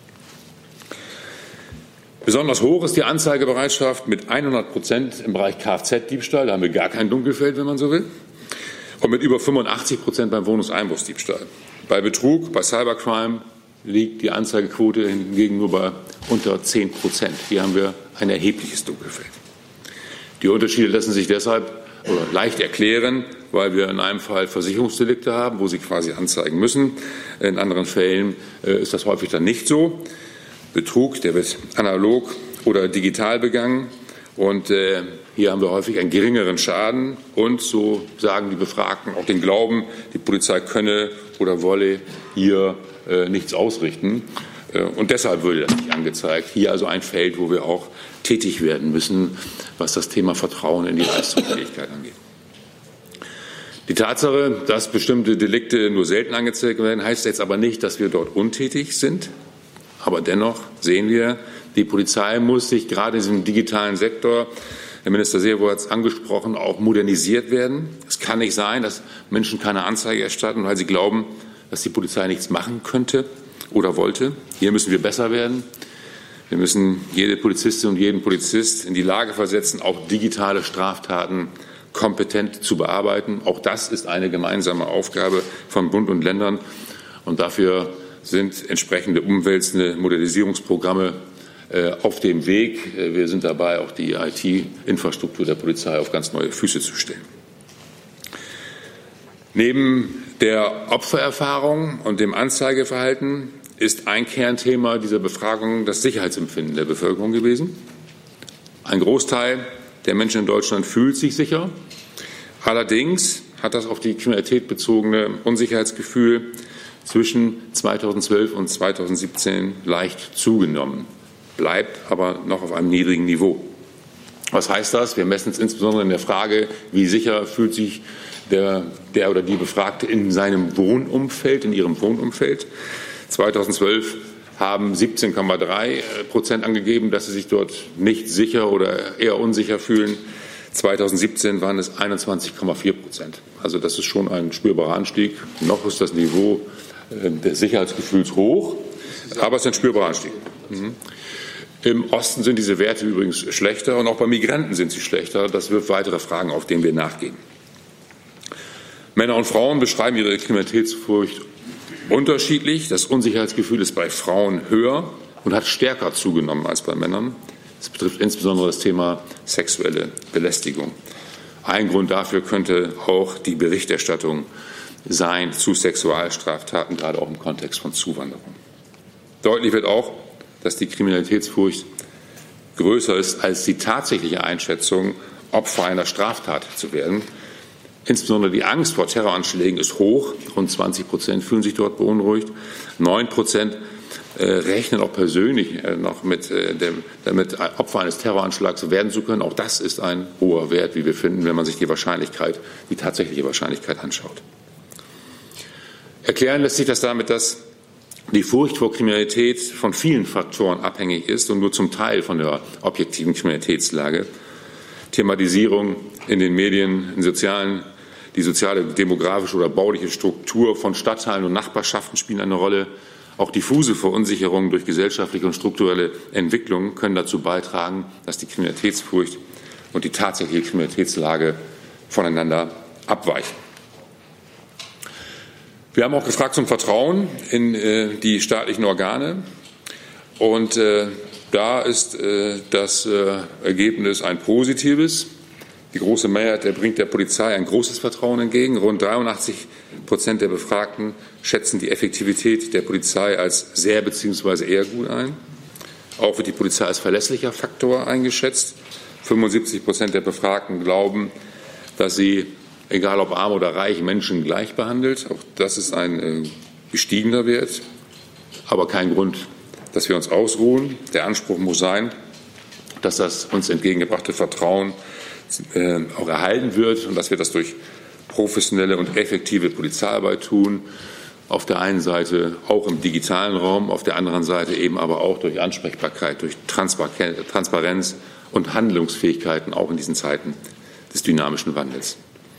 Besonders hoch ist die Anzeigebereitschaft mit 100% im Bereich Kfz-Diebstahl. Da haben wir gar kein Dunkelfeld, wenn man so will. Und mit über 85% beim Wohnungseinbruchsdiebstahl. Bei Betrug, bei Cybercrime liegt die Anzeigequote hingegen nur bei unter 10%. Hier haben wir ein erhebliches Dunkelfeld. Die Unterschiede lassen sich deshalb leicht erklären, weil wir in einem Fall Versicherungsdelikte haben, wo Sie quasi anzeigen müssen. In anderen Fällen ist das häufig dann nicht so. Betrug, der wird analog oder digital begangen. Und hier haben wir häufig einen geringeren Schaden. Und so sagen die Befragten auch den Glauben, die Polizei könne oder wolle hier nichts ausrichten. Und deshalb würde das nicht angezeigt. Hier also ein Feld, wo wir auch tätig werden müssen, was das Thema Vertrauen in die Leistungsfähigkeit angeht. Die Tatsache, dass bestimmte Delikte nur selten angezeigt werden, heißt jetzt aber nicht, dass wir dort untätig sind. Aber dennoch sehen wir, die Polizei muss sich gerade in diesem digitalen Sektor, Herr Minister Seehofer hat es angesprochen, auch modernisiert werden. Es kann nicht sein, dass Menschen keine Anzeige erstatten, weil sie glauben, dass die Polizei nichts machen könnte oder wollte. Hier müssen wir besser werden. Wir müssen jede Polizistin und jeden Polizist in die Lage versetzen, auch digitale Straftaten kompetent zu bearbeiten. Auch das ist eine gemeinsame Aufgabe von Bund und Ländern. Und dafür sind entsprechende umwälzende Modernisierungsprogramme auf dem Weg. Wir sind dabei, auch die IT-Infrastruktur der Polizei auf ganz neue Füße zu stellen. Neben der Opfererfahrung und dem Anzeigeverhalten ist ein Kernthema dieser Befragung das Sicherheitsempfinden der Bevölkerung gewesen. Ein Großteil der Menschen in Deutschland fühlt sich sicher. Allerdings hat das auf die Kriminalität bezogene Unsicherheitsgefühl zwischen 2012 und 2017 leicht zugenommen, bleibt aber noch auf einem niedrigen Niveau. Was heißt das? Wir messen es insbesondere in der Frage, wie sicher fühlt sich der oder die Befragte in seinem Wohnumfeld, in ihrem Wohnumfeld. 2012 haben 17,3% angegeben, dass sie sich dort nicht sicher oder eher unsicher fühlen. 2017 waren es 21,4%. Also das ist schon ein spürbarer Anstieg. Noch ist das Niveau des Sicherheitsgefühls hoch, aber es ist ein spürbarer Anstieg. Im Osten sind diese Werte übrigens schlechter und auch bei Migranten sind sie schlechter. Das wirft weitere Fragen auf, denen wir nachgehen. Männer und Frauen beschreiben ihre Kriminalitätsfurcht unterschiedlich. Das Unsicherheitsgefühl ist bei Frauen höher und hat stärker zugenommen als bei Männern. Das betrifft insbesondere das Thema sexuelle Belästigung. Ein Grund dafür könnte auch die Berichterstattung sein zu Sexualstraftaten, gerade auch im Kontext von Zuwanderung. Deutlich wird auch, dass die Kriminalitätsfurcht größer ist als die tatsächliche Einschätzung, Opfer einer Straftat zu werden. Insbesondere die Angst vor Terroranschlägen ist hoch. Rund 20% fühlen sich dort beunruhigt. 9% rechnen auch persönlich noch damit Opfer eines Terroranschlags werden zu können. Auch das ist ein hoher Wert, wie wir finden, wenn man sich die tatsächliche Wahrscheinlichkeit anschaut. Erklären lässt sich das damit, dass die Furcht vor Kriminalität von vielen Faktoren abhängig ist und nur zum Teil von der objektiven Kriminalitätslage. Thematisierung in den Medien, die soziale, demografische oder bauliche Struktur von Stadtteilen und Nachbarschaften spielen eine Rolle. Auch diffuse Verunsicherungen durch gesellschaftliche und strukturelle Entwicklungen können dazu beitragen, dass die Kriminalitätsfurcht und die tatsächliche Kriminalitätslage voneinander abweichen. Wir haben auch gefragt zum Vertrauen in die staatlichen Organe. Und da ist das Ergebnis ein positives. Die große Mehrheit bringt der Polizei ein großes Vertrauen entgegen. Rund 83% der Befragten schätzen die Effektivität der Polizei als sehr bzw. eher gut ein. Auch wird die Polizei als verlässlicher Faktor eingeschätzt. 75% der Befragten glauben, dass sie, egal ob arm oder reich, Menschen gleich behandelt. Auch das ist ein gestiegener Wert, aber kein Grund, dass wir uns ausruhen. Der Anspruch muss sein, dass das uns entgegengebrachte Vertrauen auch erhalten wird und dass wir das durch professionelle und effektive Polizeiarbeit tun. Auf der einen Seite auch im digitalen Raum, auf der anderen Seite eben aber auch durch Ansprechbarkeit, durch Transparenz und Handlungsfähigkeiten, auch in diesen Zeiten des dynamischen Wandels.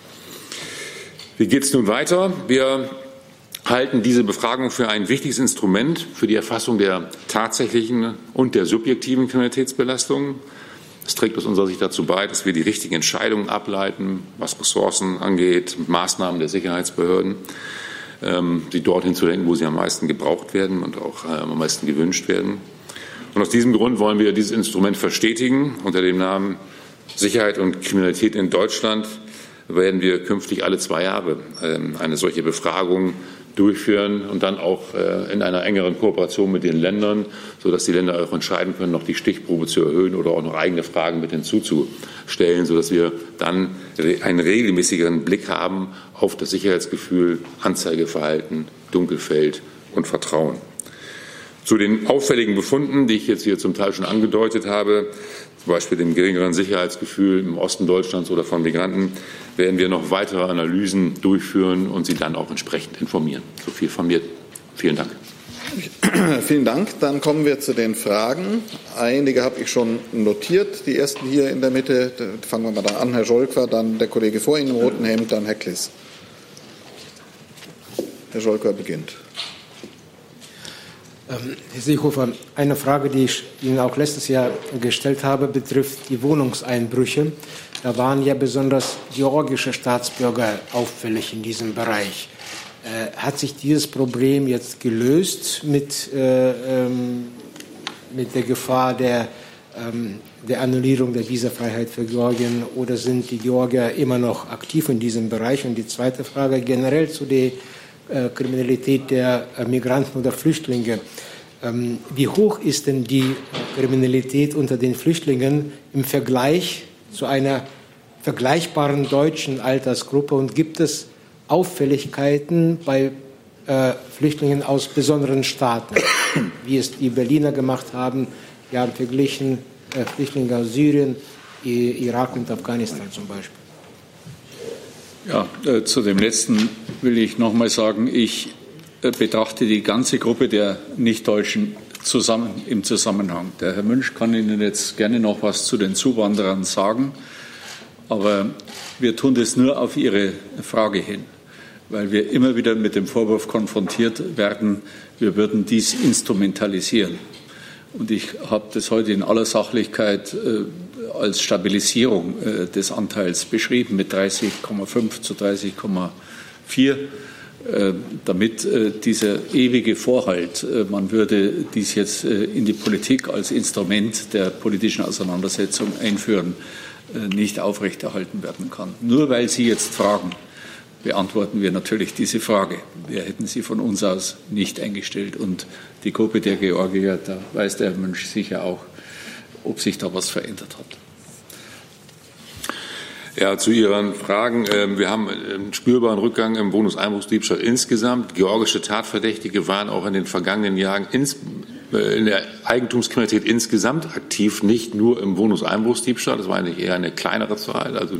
Wie geht es nun weiter? Wir halten diese Befragung für ein wichtiges Instrument für die Erfassung der tatsächlichen und der subjektiven Kriminalitätsbelastung. Es trägt aus unserer Sicht dazu bei, dass wir die richtigen Entscheidungen ableiten, was Ressourcen angeht, Maßnahmen der Sicherheitsbehörden, sie dorthin zu lenken, wo sie am meisten gebraucht werden und auch am meisten gewünscht werden. Und aus diesem Grund wollen wir dieses Instrument verstetigen. Unter dem Namen Sicherheit und Kriminalität in Deutschland werden wir künftig alle 2 Jahre eine solche Befragung durchführen und dann auch in einer engeren Kooperation mit den Ländern, sodass die Länder auch entscheiden können, noch die Stichprobe zu erhöhen oder auch noch eigene Fragen mit hinzuzustellen, sodass wir dann einen regelmäßigeren Blick haben auf das Sicherheitsgefühl, Anzeigeverhalten, Dunkelfeld und Vertrauen. Zu den auffälligen Befunden, die ich jetzt hier zum Teil schon angedeutet habe, zum Beispiel dem geringeren Sicherheitsgefühl im Osten Deutschlands oder von Migranten, werden wir noch weitere Analysen durchführen und Sie dann auch entsprechend informieren. So viel von mir. Vielen Dank. Vielen Dank. Dann kommen wir zu den Fragen. Einige habe ich schon notiert. Die ersten hier in der Mitte. Fangen wir mal da an. Herr Scholker, dann der Kollege vor Ihnen im roten Hemd, dann Herr Kliss. Herr Scholker beginnt. Herr Seehofer, eine Frage, die ich Ihnen auch letztes Jahr gestellt habe, betrifft die Wohnungseinbrüche. Da waren ja besonders georgische Staatsbürger auffällig in diesem Bereich. Hat sich dieses Problem jetzt gelöst mit der Gefahr der Annullierung der Visafreiheit für Georgien, oder sind die Georgier immer noch aktiv in diesem Bereich? Und die zweite Frage generell zu der Kriminalität der Migranten oder Flüchtlinge. Wie hoch ist denn die Kriminalität unter den Flüchtlingen im Vergleich zu einer vergleichbaren deutschen Altersgruppe? Und gibt es Auffälligkeiten bei Flüchtlingen aus besonderen Staaten, wie es die Berliner gemacht haben? Wir haben verglichen Flüchtlinge aus Syrien, Irak und Afghanistan zum Beispiel. Ja, zu dem Letzten will ich noch mal sagen, ich betrachte die ganze Gruppe der Nichtdeutschen im Zusammenhang. Der Herr Münch kann Ihnen jetzt gerne noch was zu den Zuwanderern sagen, aber wir tun das nur auf Ihre Frage hin, weil wir immer wieder mit dem Vorwurf konfrontiert werden, wir würden dies instrumentalisieren. Und ich habe das heute in aller Sachlichkeit als Stabilisierung des Anteils beschrieben mit 30,5 zu 30,4, damit dieser ewige Vorhalt, man würde dies jetzt in die Politik als Instrument der politischen Auseinandersetzung einführen, nicht aufrechterhalten werden kann. Nur weil Sie jetzt fragen, beantworten wir natürlich diese Frage. Wir hätten sie von uns aus nicht eingestellt. Und die Gruppe der Georgier, da weiß der Herr Münch sicher auch, ob sich da was verändert hat. Ja, zu Ihren Fragen. Wir haben einen spürbaren Rückgang im Wohnungseinbruchsdiebstahl insgesamt. Georgische Tatverdächtige waren auch in den vergangenen Jahren in der Eigentumskriminalität insgesamt aktiv, nicht nur im Wohnungseinbruchsdiebstahl. Das war eigentlich eher eine kleinere Zahl, also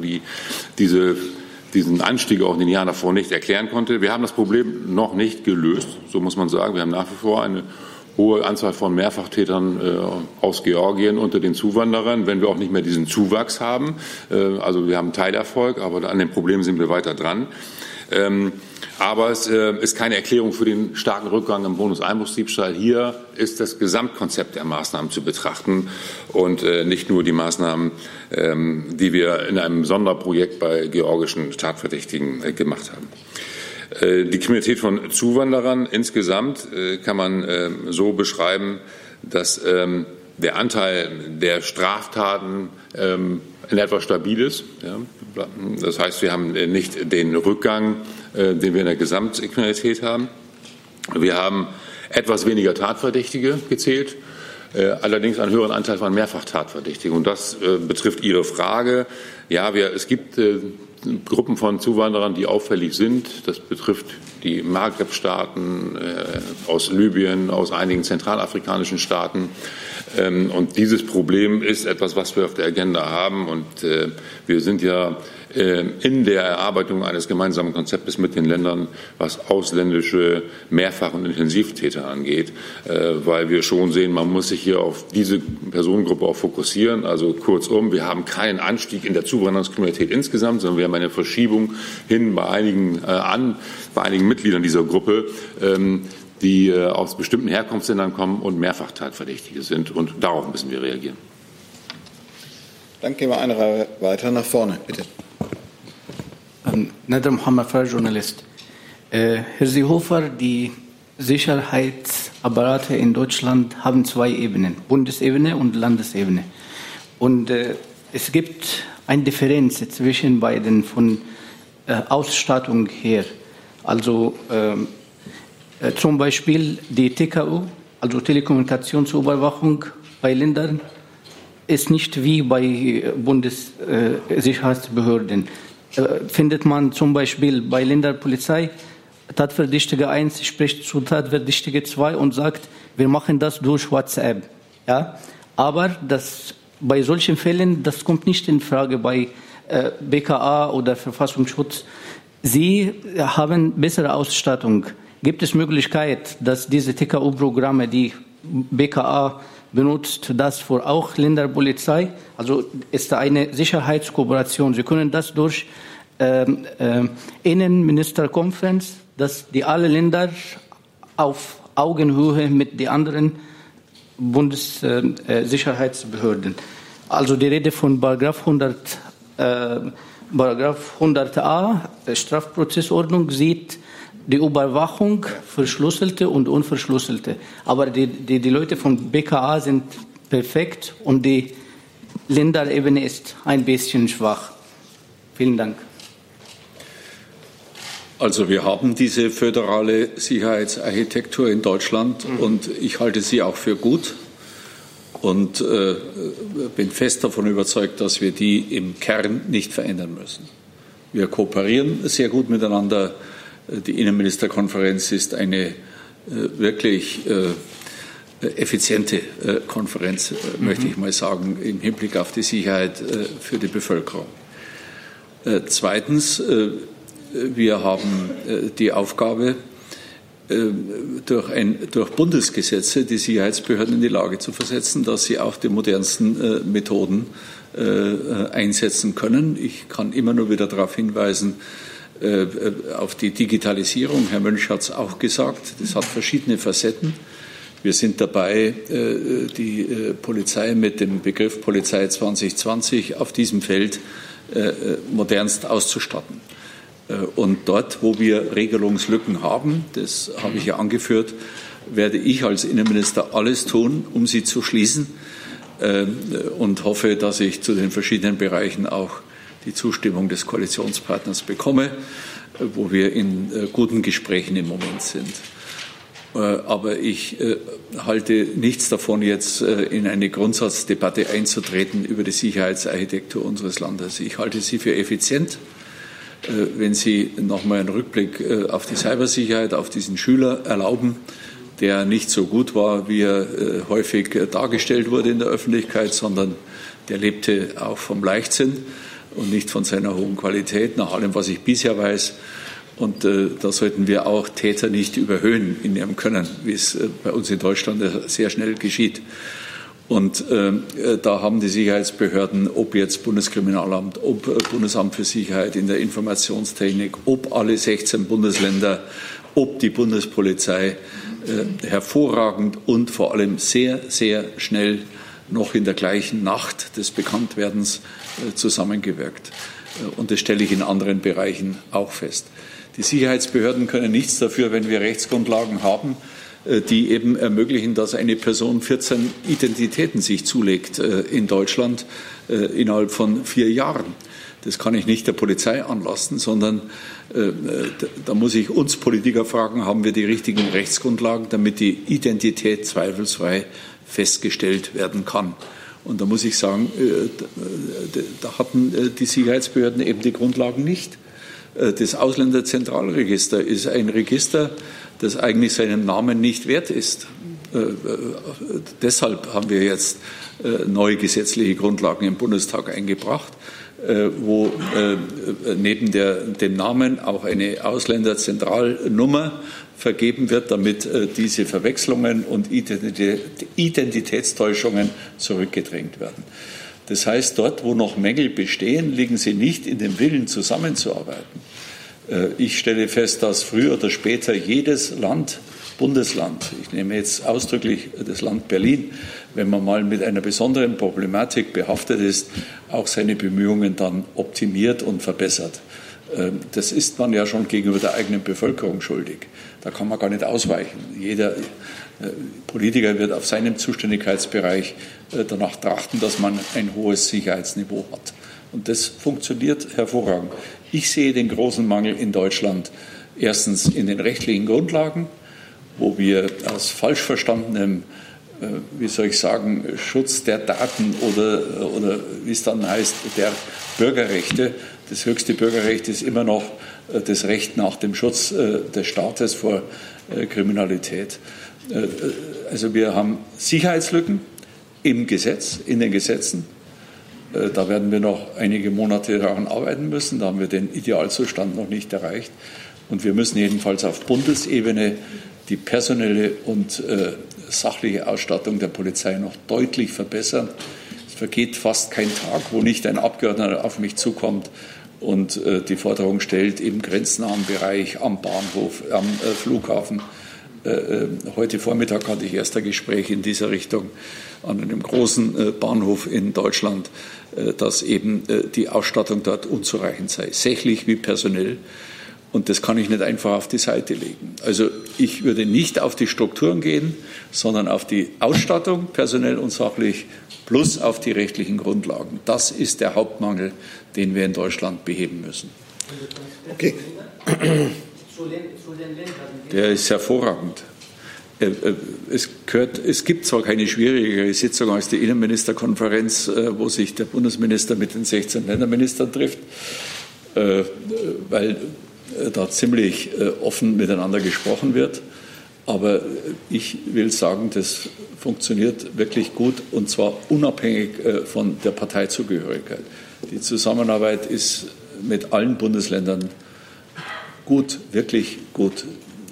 diesen Anstieg auch in den Jahren davor nicht erklären konnte. Wir haben das Problem noch nicht gelöst, so muss man sagen. Wir haben nach wie vor eine hohe Anzahl von Mehrfachtätern aus Georgien unter den Zuwanderern, wenn wir auch nicht mehr diesen Zuwachs haben. Also wir haben Teilerfolg, aber an den Problemen sind wir weiter dran. Aber es ist keine Erklärung für den starken Rückgang im Wohnungseinbruchsdiebstahl. Hier ist das Gesamtkonzept der Maßnahmen zu betrachten und nicht nur die Maßnahmen, die wir in einem Sonderprojekt bei georgischen Tatverdächtigen gemacht haben. Die Kriminalität von Zuwanderern insgesamt kann man so beschreiben, dass der Anteil der Straftaten in etwa stabil ist. Ja. Das heißt, wir haben nicht den Rückgang, den wir in der Gesamtkriminalität haben. Wir haben etwas weniger Tatverdächtige gezählt, allerdings einen höheren Anteil von Mehrfachtatverdächtigen. Und das betrifft Ihre Frage. Ja, es gibt Gruppen von Zuwanderern, die auffällig sind. Das betrifft die Maghreb-Staaten aus Libyen, aus einigen zentralafrikanischen Staaten. Und dieses Problem ist etwas, was wir auf der Agenda haben. Und wir sind ja in der Erarbeitung eines gemeinsamen Konzeptes mit den Ländern, was ausländische Mehrfach- und Intensivtäter angeht, weil wir schon sehen, man muss sich hier auf diese Personengruppe auch fokussieren. Also kurzum, wir haben keinen Anstieg in der Zuwanderungskriminalität insgesamt, sondern wir haben eine Verschiebung hin bei einigen Mitgliedern dieser Gruppe, die aus bestimmten Herkunftsländern kommen und Mehrfachtatverdächtige sind. Und darauf müssen wir reagieren. Dann gehen wir eine Reihe weiter nach vorne, bitte. Nader Mohammed, freier Journalist. Herr Seehofer, die Sicherheitsapparate in Deutschland haben zwei Ebenen, Bundesebene und Landesebene. Und es gibt eine Differenz zwischen beiden von Ausstattung her. Also zum Beispiel die TKÜ, also Telekommunikationsüberwachung bei Ländern, ist nicht wie bei Bundessicherheitsbehörden. Findet man zum Beispiel bei Länderpolizei, Tatverdächtige 1 spricht zu Tatverdächtige 2 und sagt, wir machen das durch WhatsApp. Ja? Aber bei solchen Fällen, das kommt nicht in Frage bei BKA oder Verfassungsschutz. Sie haben bessere Ausstattung. Gibt es Möglichkeit, dass diese TKÜ-Programme, die BKA benutzt, das für auch Länderpolizei? Also ist da eine Sicherheitskooperation. Sie können das durch Innenministerkonferenz, dass die alle Länder auf Augenhöhe mit den anderen Bundessicherheitsbehörden. Also die Rede von Paragraph 100a Strafprozessordnung sieht die Überwachung verschlüsselte und unverschlüsselte. Aber die Leute von BKA sind perfekt und die Länderebene ist ein bisschen schwach. Vielen Dank. Also wir haben diese föderale Sicherheitsarchitektur in Deutschland und ich halte sie auch für gut und bin fest davon überzeugt, dass wir die im Kern nicht verändern müssen. Wir kooperieren sehr gut miteinander. Die Innenministerkonferenz ist eine wirklich effiziente Konferenz, möchte ich mal sagen, im Hinblick auf die Sicherheit für die Bevölkerung. Zweitens, wir haben die Aufgabe, durch Bundesgesetze die Sicherheitsbehörden in die Lage zu versetzen, dass sie auch die modernsten Methoden einsetzen können. Ich kann immer nur wieder darauf hinweisen, auf die Digitalisierung. Herr Mönch hat es auch gesagt, das hat verschiedene Facetten. Wir sind dabei, die Polizei mit dem Begriff Polizei 2020 auf diesem Feld modernst auszustatten. Und dort, wo wir Regelungslücken haben, das habe ich ja angeführt, werde ich als Innenminister alles tun, um sie zu schließen und hoffe, dass ich zu den verschiedenen Bereichen auch die Zustimmung des Koalitionspartners bekomme, wo wir in guten Gesprächen im Moment sind. Aber ich halte nichts davon, jetzt in eine Grundsatzdebatte einzutreten über die Sicherheitsarchitektur unseres Landes. Ich halte sie für effizient. Wenn Sie noch mal einen Rückblick auf die Cybersicherheit, auf diesen Schüler erlauben, der nicht so gut war, wie er häufig dargestellt wurde in der Öffentlichkeit, sondern der lebte auch vom Leichtsinn und nicht von seiner hohen Qualität, nach allem, was ich bisher weiß. Und da sollten wir auch Täter nicht überhöhen in ihrem Können, wie es bei uns in Deutschland sehr schnell geschieht. Und da haben die Sicherheitsbehörden, ob jetzt Bundeskriminalamt, ob Bundesamt für Sicherheit in der Informationstechnik, ob alle 16 Bundesländer, ob die Bundespolizei hervorragend und vor allem sehr, sehr schnell noch in der gleichen Nacht des Bekanntwerdens zusammengewirkt. Und das stelle ich in anderen Bereichen auch fest. Die Sicherheitsbehörden können nichts dafür, wenn wir Rechtsgrundlagen haben, die eben ermöglichen, dass eine Person 14 Identitäten sich zulegt in Deutschland innerhalb von 4 Jahren. Das kann ich nicht der Polizei anlasten, sondern da muss ich uns Politiker fragen, haben wir die richtigen Rechtsgrundlagen, damit die Identität zweifelsfrei festgestellt werden kann. Und da muss ich sagen, da hatten die Sicherheitsbehörden eben die Grundlagen nicht. Das Ausländerzentralregister ist ein Register, das eigentlich seinen Namen nicht wert ist. Deshalb haben wir jetzt neue gesetzliche Grundlagen im Bundestag eingebracht, wo neben dem Namen auch eine Ausländerzentralnummer vergeben wird, damit diese Verwechslungen und Identitätstäuschungen zurückgedrängt werden. Das heißt, dort, wo noch Mängel bestehen, liegen sie nicht in dem Willen, zusammenzuarbeiten. Ich stelle fest, dass früher oder später jedes Bundesland, ich nehme jetzt ausdrücklich das Land Berlin, wenn man mal mit einer besonderen Problematik behaftet ist, auch seine Bemühungen dann optimiert und verbessert. Das ist man ja schon gegenüber der eigenen Bevölkerung schuldig. Da kann man gar nicht ausweichen. Jeder Politiker wird auf seinem Zuständigkeitsbereich danach trachten, dass man ein hohes Sicherheitsniveau hat. Und das funktioniert hervorragend. Ich sehe den großen Mangel in Deutschland erstens in den rechtlichen Grundlagen, wo wir aus falsch verstandenem, wie soll ich sagen, Schutz der Daten oder wie es dann heißt, der Bürgerrechte. Das höchste Bürgerrecht ist immer noch das Recht nach dem Schutz des Staates vor Kriminalität. Also wir haben Sicherheitslücken im Gesetz, in den Gesetzen. Da werden wir noch einige Monate daran arbeiten müssen. Da haben wir den Idealzustand noch nicht erreicht. Und wir müssen jedenfalls auf Bundesebene die personelle und sachliche Ausstattung der Polizei noch deutlich verbessern. Es vergeht fast kein Tag, wo nicht ein Abgeordneter auf mich zukommt und die Forderung stellt, im grenznahen Bereich, am Bahnhof, am Flughafen. Heute Vormittag hatte ich erst ein Gespräch in dieser Richtung an einem großen Bahnhof in Deutschland, dass eben die Ausstattung dort unzureichend sei, sächlich wie personell. Und das kann ich nicht einfach auf die Seite legen. Also ich würde nicht auf die Strukturen gehen, sondern auf die Ausstattung, personell und sachlich, plus auf die rechtlichen Grundlagen. Das ist der Hauptmangel, den wir in Deutschland beheben müssen. Okay. Der ist hervorragend. Es gibt zwar keine schwierigere Sitzung als die Innenministerkonferenz, wo sich der Bundesminister mit den 16 Länderministern trifft, weil da ziemlich offen miteinander gesprochen wird. Aber ich will sagen, das funktioniert wirklich gut, und zwar unabhängig von der Parteizugehörigkeit. Die Zusammenarbeit ist mit allen Bundesländern gut, wirklich gut.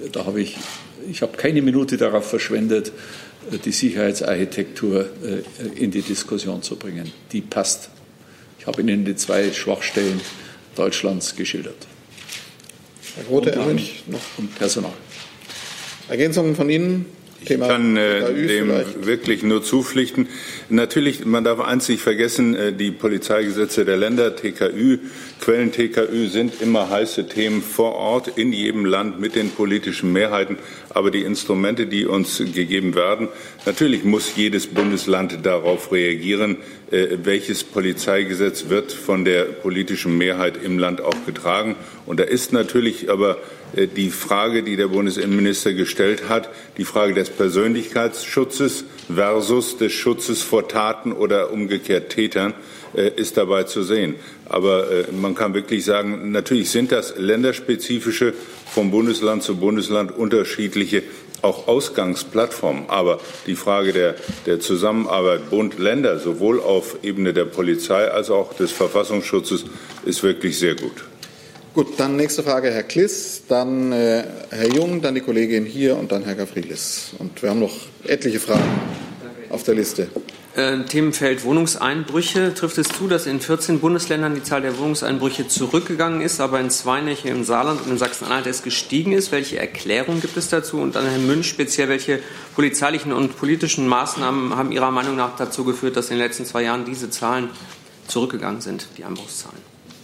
Ich habe keine Minute darauf verschwendet, die Sicherheitsarchitektur in die Diskussion zu bringen. Die passt. Ich habe Ihnen die 2 Schwachstellen Deutschlands geschildert. Herr Grote, noch und Personal. Ergänzungen von Ihnen? Ich kann dem wirklich nur zupflichten. Natürlich, man darf eins nicht vergessen, die Polizeigesetze der Länder, TKÜ, Quellen TKÜ sind immer heiße Themen vor Ort in jedem Land mit den politischen Mehrheiten. Aber die Instrumente, die uns gegeben werden, natürlich muss jedes Bundesland darauf reagieren, welches Polizeigesetz wird von der politischen Mehrheit im Land auch getragen. Und da ist natürlich aber die Frage, die der Bundesinnenminister gestellt hat, die Frage des Persönlichkeitsschutzes versus des Schutzes vor Taten oder umgekehrt Tätern, ist dabei zu sehen. Aber man kann wirklich sagen, natürlich sind das länderspezifische, vom Bundesland zu Bundesland unterschiedliche auch Ausgangsplattformen. Aber die Frage der Zusammenarbeit Bund-Länder, sowohl auf Ebene der Polizei als auch des Verfassungsschutzes, ist wirklich sehr gut. Gut, dann nächste Frage, Herr Kliss, dann Herr Jung, dann die Kollegin hier und dann Herr Gavrilis. Und wir haben noch etliche Fragen auf der Liste. Themenfeld Wohnungseinbrüche. Trifft es zu, dass in 14 Bundesländern die Zahl der Wohnungseinbrüche zurückgegangen ist, aber in 2 Nächte im Saarland und in Sachsen-Anhalt es gestiegen ist? Welche Erklärung gibt es dazu? Und dann Herr Münch speziell, welche polizeilichen und politischen Maßnahmen haben Ihrer Meinung nach dazu geführt, dass in den letzten 2 Jahren diese Zahlen zurückgegangen sind, die Einbruchszahlen?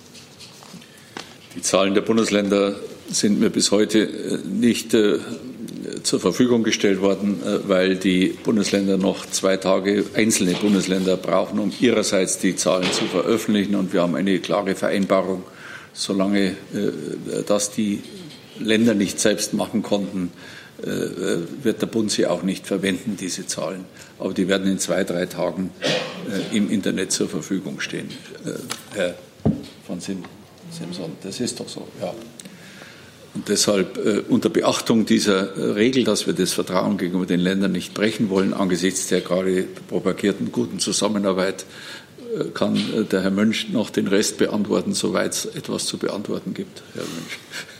Die Zahlen der Bundesländer sind mir bis heute nicht zur Verfügung gestellt worden, weil die Bundesländer noch 2 Tage, einzelne Bundesländer brauchen, um ihrerseits die Zahlen zu veröffentlichen. Und wir haben eine klare Vereinbarung, solange das die Länder nicht selbst machen konnten, wird der Bund sie auch nicht verwenden, diese Zahlen. Aber die werden in 2, 3 Tagen im Internet zur Verfügung stehen. Herr von Simson, das ist doch so, ja. Und deshalb unter Beachtung dieser Regel, dass wir das Vertrauen gegenüber den Ländern nicht brechen wollen, angesichts der gerade propagierten guten Zusammenarbeit, kann der Herr Mönch noch den Rest beantworten, soweit es etwas zu beantworten gibt. Herr Mönch.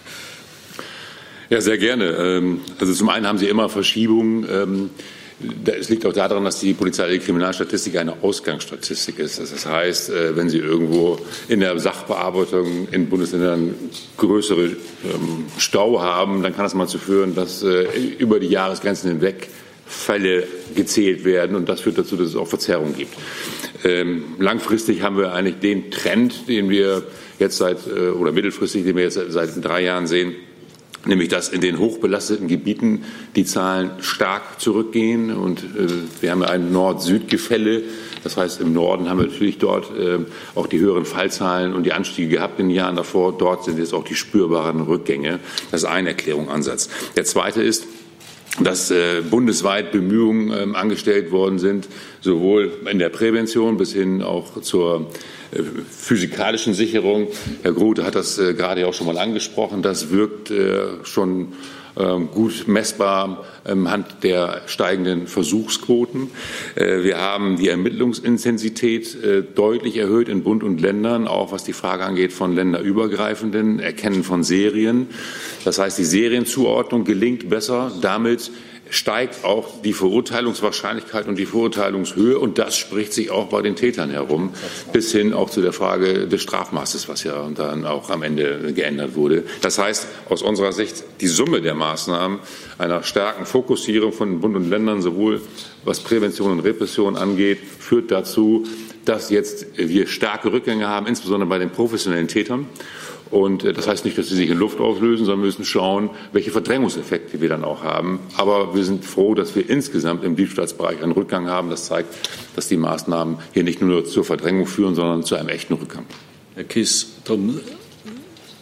Ja, sehr gerne. Also zum einen haben Sie immer Verschiebungen. Es liegt auch daran, dass die polizeiliche Kriminalstatistik eine Ausgangsstatistik ist. Das heißt, wenn Sie irgendwo in der Sachbearbeitung in Bundesländern größere Stau haben, dann kann das mal dazu führen, dass über die Jahresgrenzen hinweg Fälle gezählt werden. Und das führt dazu, dass es auch Verzerrungen gibt. Langfristig haben wir eigentlich den Trend, den wir jetzt oder mittelfristig, den wir jetzt seit 3 Jahren sehen, nämlich dass in den hochbelasteten Gebieten die Zahlen stark zurückgehen. Und wir haben ja ein Nord-Süd-Gefälle. Das heißt, im Norden haben wir natürlich dort auch die höheren Fallzahlen und die Anstiege gehabt in den Jahren davor. Dort sind jetzt auch die spürbaren Rückgänge. Das ist ein Erklärungsansatz. Der zweite ist, dass bundesweit Bemühungen angestellt worden sind, sowohl in der Prävention bis hin auch zur physikalischen Sicherung. Herr Grote hat das gerade auch schon mal angesprochen. Das wirkt schon gut messbar anhand der steigenden Versuchsquoten. Wir haben die Ermittlungsintensität deutlich erhöht in Bund und Ländern, auch was die Frage angeht von länderübergreifenden Erkennen von Serien. Das heißt, die Serienzuordnung gelingt besser. Damit steigt auch die Verurteilungswahrscheinlichkeit und die Verurteilungshöhe. Und das spricht sich auch bei den Tätern herum, bis hin auch zu der Frage des Strafmaßes, was ja dann auch am Ende geändert wurde. Das heißt, aus unserer Sicht, die Summe der Maßnahmen einer starken Fokussierung von Bund und Ländern, sowohl was Prävention und Repression angeht, führt dazu, dass jetzt wir starke Rückgänge haben, insbesondere bei den professionellen Tätern. Und das heißt nicht, dass sie sich in Luft auflösen, sondern wir müssen schauen, welche Verdrängungseffekte wir dann auch haben. Aber wir sind froh, dass wir insgesamt im Diebstahlsbereich einen Rückgang haben. Das zeigt, dass die Maßnahmen hier nicht nur zur Verdrängung führen, sondern zu einem echten Rückgang. Herr Kiss, darum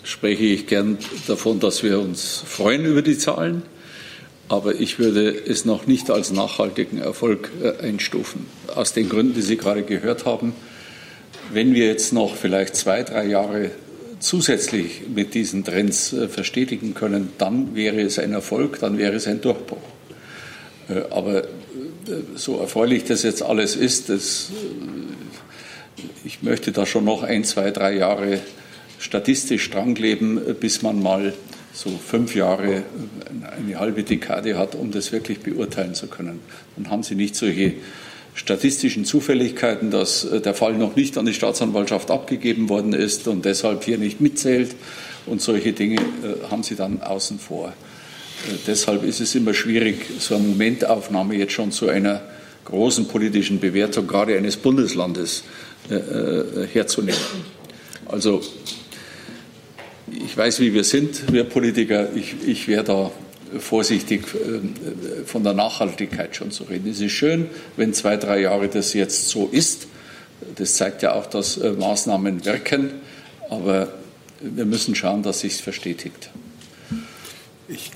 spreche ich gern davon, dass wir uns freuen über die Zahlen, aber ich würde es noch nicht als nachhaltigen Erfolg einstufen. Aus den Gründen, die Sie gerade gehört haben. Wenn wir jetzt noch vielleicht 2-3 Jahre zusätzlich mit diesen Trends verstetigen können, dann wäre es ein Erfolg, dann wäre es ein Durchbruch. Aber so erfreulich das jetzt alles ist, ich möchte da schon noch 1, 2, 3 Jahre statistisch drankleben, bis man mal so 5 Jahre, eine halbe Dekade hat, um das wirklich beurteilen zu können. Dann haben Sie nicht solche statistischen Zufälligkeiten, dass der Fall noch nicht an die Staatsanwaltschaft abgegeben worden ist und deshalb hier nicht mitzählt, und solche Dinge haben Sie dann außen vor. Deshalb ist es immer schwierig, so eine Momentaufnahme jetzt schon zu einer großen politischen Bewertung gerade eines Bundeslandes herzunehmen. Also ich weiß, wie wir sind, wir Politiker. Ich wäre da vorsichtig, von der Nachhaltigkeit schon zu reden. Es ist schön, wenn 2-3 Jahre das jetzt so ist. Das zeigt ja auch, dass Maßnahmen wirken. Aber wir müssen schauen, dass sich es verstetigt. Ich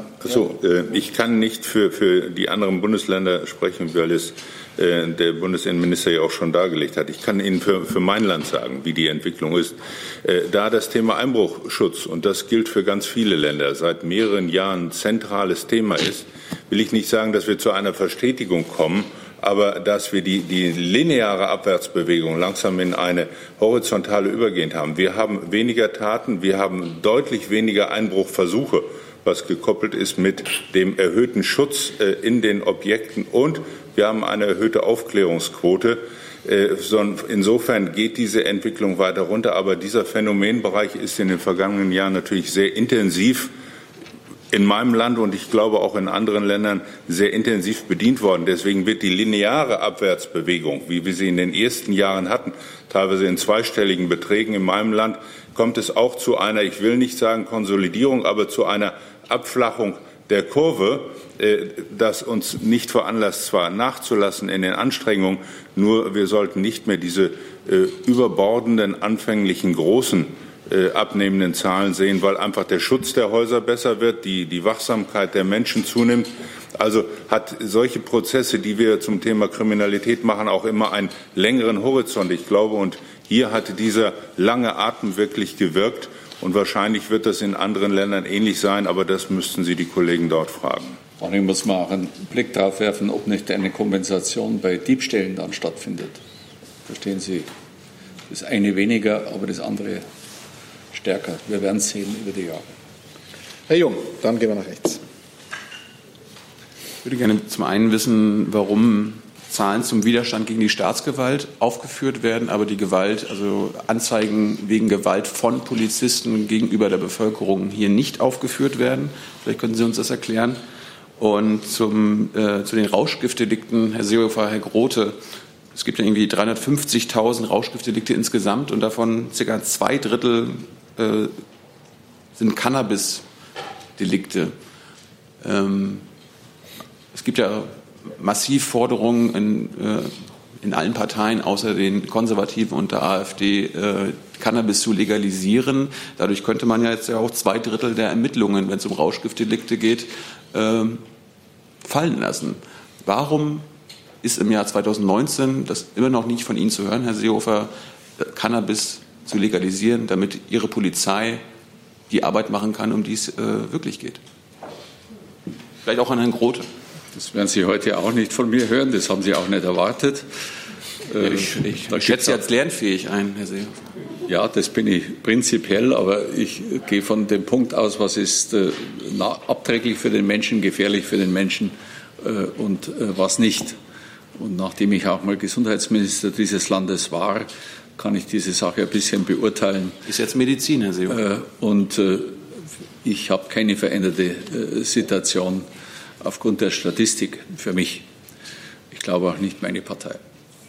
kann nicht für die anderen Bundesländer sprechen, weil es der Bundesinnenminister ja auch schon dargelegt hat. Ich kann Ihnen für mein Land sagen, wie die Entwicklung ist. Da das Thema Einbruchschutz, und das gilt für ganz viele Länder, seit mehreren Jahren ein zentrales Thema ist, will ich nicht sagen, dass wir zu einer Verstetigung kommen, aber dass wir die lineare Abwärtsbewegung langsam in eine horizontale übergehend haben. Wir haben weniger Taten, wir haben deutlich weniger Einbruchversuche, was gekoppelt ist mit dem erhöhten Schutz in den Objekten, und wir haben eine erhöhte Aufklärungsquote. Insofern geht diese Entwicklung weiter runter, aber dieser Phänomenbereich ist in den vergangenen Jahren natürlich sehr intensiv in meinem Land und ich glaube auch in anderen Ländern sehr intensiv bedient worden. Deswegen wird die lineare Abwärtsbewegung, wie wir sie in den ersten Jahren hatten, teilweise in zweistelligen Beträgen in meinem Land, kommt es auch zu einer, ich will nicht sagen Konsolidierung, aber zu einer Abflachung der Kurve, das uns nicht veranlasst, zwar nachzulassen in den Anstrengungen, nur wir sollten nicht mehr diese überbordenden, anfänglichen, großen abnehmenden Zahlen sehen, weil einfach der Schutz der Häuser besser wird, die Wachsamkeit der Menschen zunimmt. Also hat solche Prozesse, die wir zum Thema Kriminalität machen, auch immer einen längeren Horizont. Ich glaube, und hier hatte dieser lange Atem wirklich gewirkt. Und wahrscheinlich wird das in anderen Ländern ähnlich sein, aber das müssten Sie die Kollegen dort fragen. Vor allem muss man auch einen Blick darauf werfen, ob nicht eine Kompensation bei Diebstählen dann stattfindet. Verstehen Sie? Das eine weniger, aber das andere stärker. Wir werden es sehen über die Jahre. Herr Jung, dann gehen wir nach rechts. Ich würde gerne zum einen wissen, warum Zahlen zum Widerstand gegen die Staatsgewalt aufgeführt werden, aber die Gewalt, also Anzeigen wegen Gewalt von Polizisten gegenüber der Bevölkerung hier nicht aufgeführt werden. Vielleicht können Sie uns das erklären. Und zu den Rauschgiftdelikten, Herr Seehofer, Herr Grote, es gibt ja irgendwie 350.000 Rauschgiftdelikte insgesamt und davon ca. 2/3 sind Cannabis-Delikte. Es gibt ja massiv Forderungen in allen Parteien, außer den Konservativen und der AfD, Cannabis zu legalisieren. Dadurch könnte man ja jetzt ja auch 2/3 der Ermittlungen, wenn es um Rauschgiftdelikte geht, fallen lassen. Warum ist im Jahr 2019 das immer noch nicht von Ihnen zu hören, Herr Seehofer, Cannabis zu legalisieren, damit Ihre Polizei die Arbeit machen kann, um die es wirklich geht? Vielleicht auch an Herrn Grote. Das werden Sie heute auch nicht von mir hören, das haben Sie auch nicht erwartet. Ich schätze Sie als lernfähig ein, Herr Seehofer. Ja, das bin ich prinzipiell, aber ich gehe von dem Punkt aus, was ist abträglich für den Menschen, gefährlich für den Menschen und was nicht. Und nachdem ich auch mal Gesundheitsminister dieses Landes war, kann ich diese Sache ein bisschen beurteilen. Ist jetzt Medizin, Herr Seehofer. Und ich habe keine veränderte Situation aufgrund der Statistik für mich. Ich glaube auch nicht meine Partei.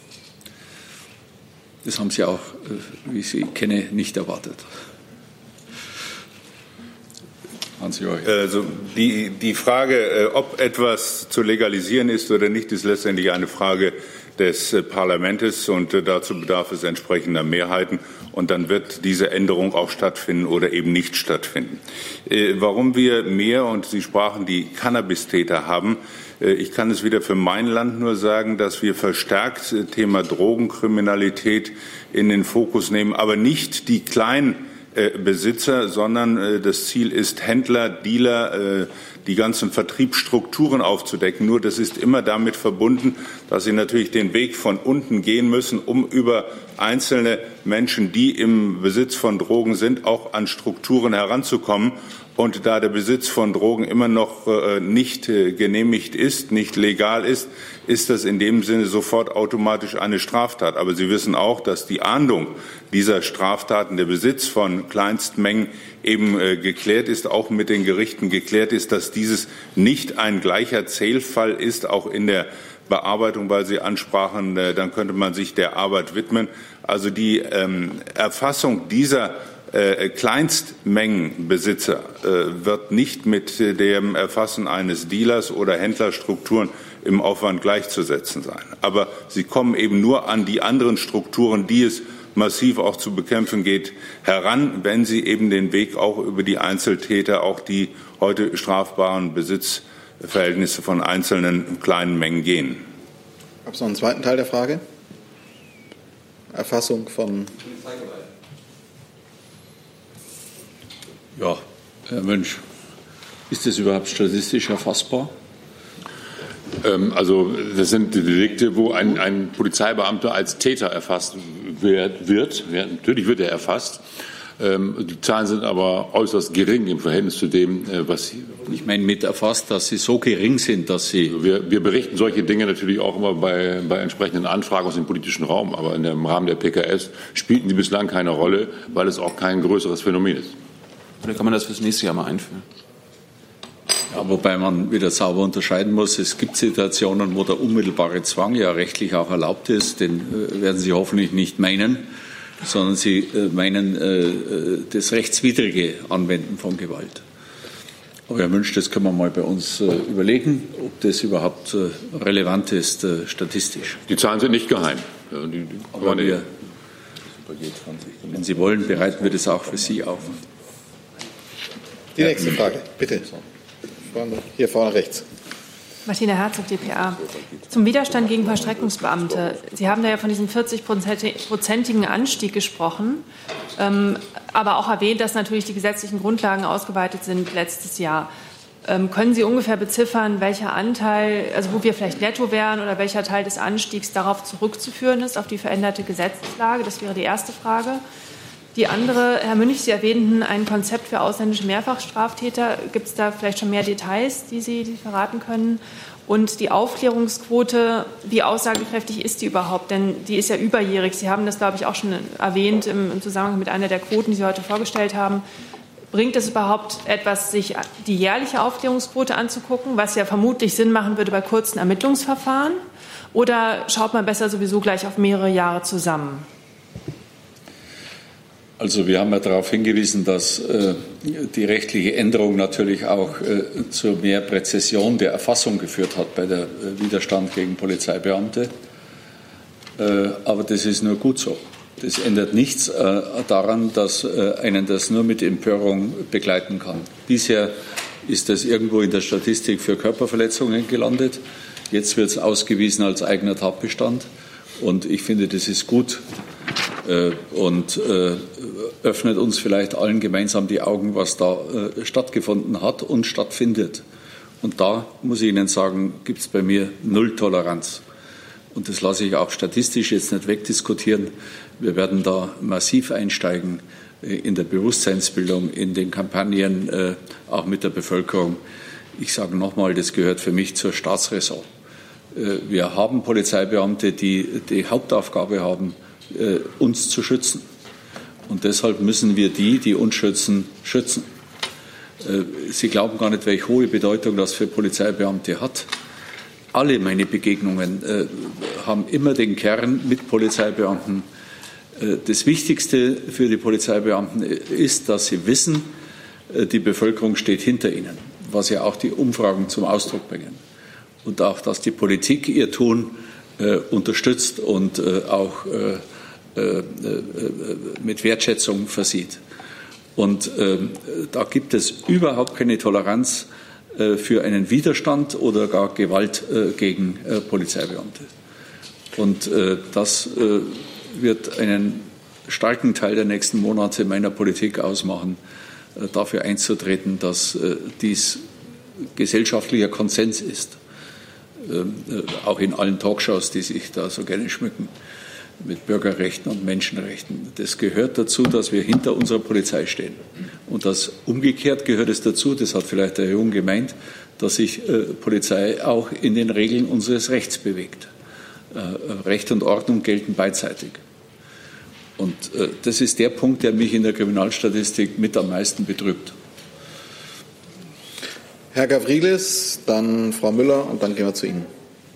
Das haben Sie auch, wie ich Sie kenne, nicht erwartet. 25 Euro. Also die Frage, ob etwas zu legalisieren ist oder nicht, ist letztendlich eine Frage des Parlaments, und dazu bedarf es entsprechender Mehrheiten. Und dann wird diese Änderung auch stattfinden oder eben nicht stattfinden. Warum wir mehr, und Sie sprachen die Cannabistäter haben, ich kann es wieder für mein Land nur sagen, dass wir verstärkt Thema Drogenkriminalität in den Fokus nehmen, aber nicht die kleinen Besitzer, sondern das Ziel ist, Händler, Dealer, die ganzen Vertriebsstrukturen aufzudecken. Nur das ist immer damit verbunden, dass sie natürlich den Weg von unten gehen müssen, um über einzelne Menschen, die im Besitz von Drogen sind, auch an Strukturen heranzukommen. Und da der Besitz von Drogen immer noch nicht genehmigt ist, nicht legal ist, ist das in dem Sinne sofort automatisch eine Straftat. Aber Sie wissen auch, dass die Ahndung dieser Straftaten, der Besitz von Kleinstmengen eben geklärt ist, auch mit den Gerichten geklärt ist, dass dieses nicht ein gleicher Zählfall ist, auch in der Bearbeitung, weil Sie ansprachen, dann könnte man sich der Arbeit widmen. Also die Erfassung dieser Kleinstmengenbesitzer wird nicht mit dem Erfassen eines Dealers oder Händlerstrukturen im Aufwand gleichzusetzen sein. Aber sie kommen eben nur an die anderen Strukturen, die es massiv auch zu bekämpfen geht, heran, wenn sie eben den Weg auch über die Einzeltäter, auch die heute strafbaren Besitzverhältnisse von einzelnen kleinen Mengen gehen. Gab es noch einen zweiten Teil der Frage? Erfassung von Ja, Herr Mönch, ist das überhaupt statistisch erfassbar? Also das sind Delikte, wo ein Polizeibeamter als Täter erfasst wird. Ja, natürlich wird er erfasst. Die Zahlen sind aber äußerst gering im Verhältnis zu dem, was Sie... Ich meine mit erfasst, dass sie so gering sind, dass sie... Wir berichten solche Dinge natürlich auch immer bei entsprechenden Anfragen aus dem politischen Raum. Aber im Rahmen der PKS spielten die bislang keine Rolle, weil es auch kein größeres Phänomen ist. Vielleicht kann man das fürs nächste Jahr mal einführen. Ja, wobei man wieder sauber unterscheiden muss. Es gibt Situationen, wo der unmittelbare Zwang ja rechtlich auch erlaubt ist. Den werden Sie hoffentlich nicht meinen, sondern Sie meinen das rechtswidrige Anwenden von Gewalt. Aber Herr Münch, das können wir mal bei uns überlegen, ob das überhaupt relevant ist statistisch. Die Zahlen sind nicht geheim. Aber wenn Sie wollen, bereiten wir das auch für Sie auf. Die nächste Frage, bitte. Hier vorne rechts. Martina Herzog, dpa. Zum Widerstand gegen Vollstreckungsbeamte. Sie haben da ja von diesem 40-prozentigen Anstieg gesprochen, aber auch erwähnt, dass natürlich die gesetzlichen Grundlagen ausgeweitet sind letztes Jahr. Können Sie ungefähr beziffern, welcher Anteil, also wo wir vielleicht netto wären oder welcher Teil des Anstiegs darauf zurückzuführen ist, auf die veränderte Gesetzeslage? Das wäre die erste Frage. Die andere, Herr Münch, Sie erwähnten ein Konzept für ausländische Mehrfachstraftäter. Gibt es da vielleicht schon mehr Details, die Sie verraten können? Und die Aufklärungsquote, wie aussagekräftig ist die überhaupt? Denn die ist ja überjährig. Sie haben das, glaube ich, auch schon erwähnt im Zusammenhang mit einer der Quoten, die Sie heute vorgestellt haben. Bringt es überhaupt etwas, sich die jährliche Aufklärungsquote anzugucken, was ja vermutlich Sinn machen würde bei kurzen Ermittlungsverfahren? Oder schaut man besser sowieso gleich auf mehrere Jahre zusammen? Also wir haben ja darauf hingewiesen, dass die rechtliche Änderung natürlich auch zu mehr Präzision der Erfassung geführt hat bei der Widerstand gegen Polizeibeamte. Aber das ist nur gut so. Das ändert nichts daran, dass einen das nur mit Empörung begleiten kann. Bisher ist das irgendwo in der Statistik für Körperverletzungen gelandet. Jetzt wird es ausgewiesen als eigener Tatbestand. Und ich finde, das ist gut und öffnet uns vielleicht allen gemeinsam die Augen, was da stattgefunden hat und stattfindet. Und da, muss ich Ihnen sagen, gibt es bei mir null Toleranz. Und das lasse ich auch statistisch jetzt nicht wegdiskutieren. Wir werden da massiv einsteigen in der Bewusstseinsbildung, in den Kampagnen, auch mit der Bevölkerung. Ich sage nochmal, das gehört für mich zur Staatsräson. Wir haben Polizeibeamte, die die Hauptaufgabe haben, uns zu schützen. Und deshalb müssen wir die uns schützen, schützen. Sie glauben gar nicht, welche hohe Bedeutung das für Polizeibeamte hat. Alle meine Begegnungen haben immer den Kern mit Polizeibeamten. Das Wichtigste für die Polizeibeamten ist, dass sie wissen, die Bevölkerung steht hinter ihnen, was ja auch die Umfragen zum Ausdruck bringen. Und auch, dass die Politik ihr Tun unterstützt und auch mit Wertschätzung versieht. Und da gibt es überhaupt keine Toleranz für einen Widerstand oder gar Gewalt gegen Polizeibeamte. Und das wird einen starken Teil der nächsten Monate meiner Politik ausmachen, dafür einzutreten, dass dies gesellschaftlicher Konsens ist. Auch in allen Talkshows, die sich da so gerne schmücken mit Bürgerrechten und Menschenrechten. Das gehört dazu, dass wir hinter unserer Polizei stehen. Und das umgekehrt gehört es dazu, das hat vielleicht der Herr Jung gemeint, dass sich Polizei auch in den Regeln unseres Rechts bewegt. Recht und Ordnung gelten beidseitig. Und das ist der Punkt, der mich in der Kriminalstatistik mit am meisten betrübt. Herr Gavrilis, dann Frau Müller und dann gehen wir zu Ihnen.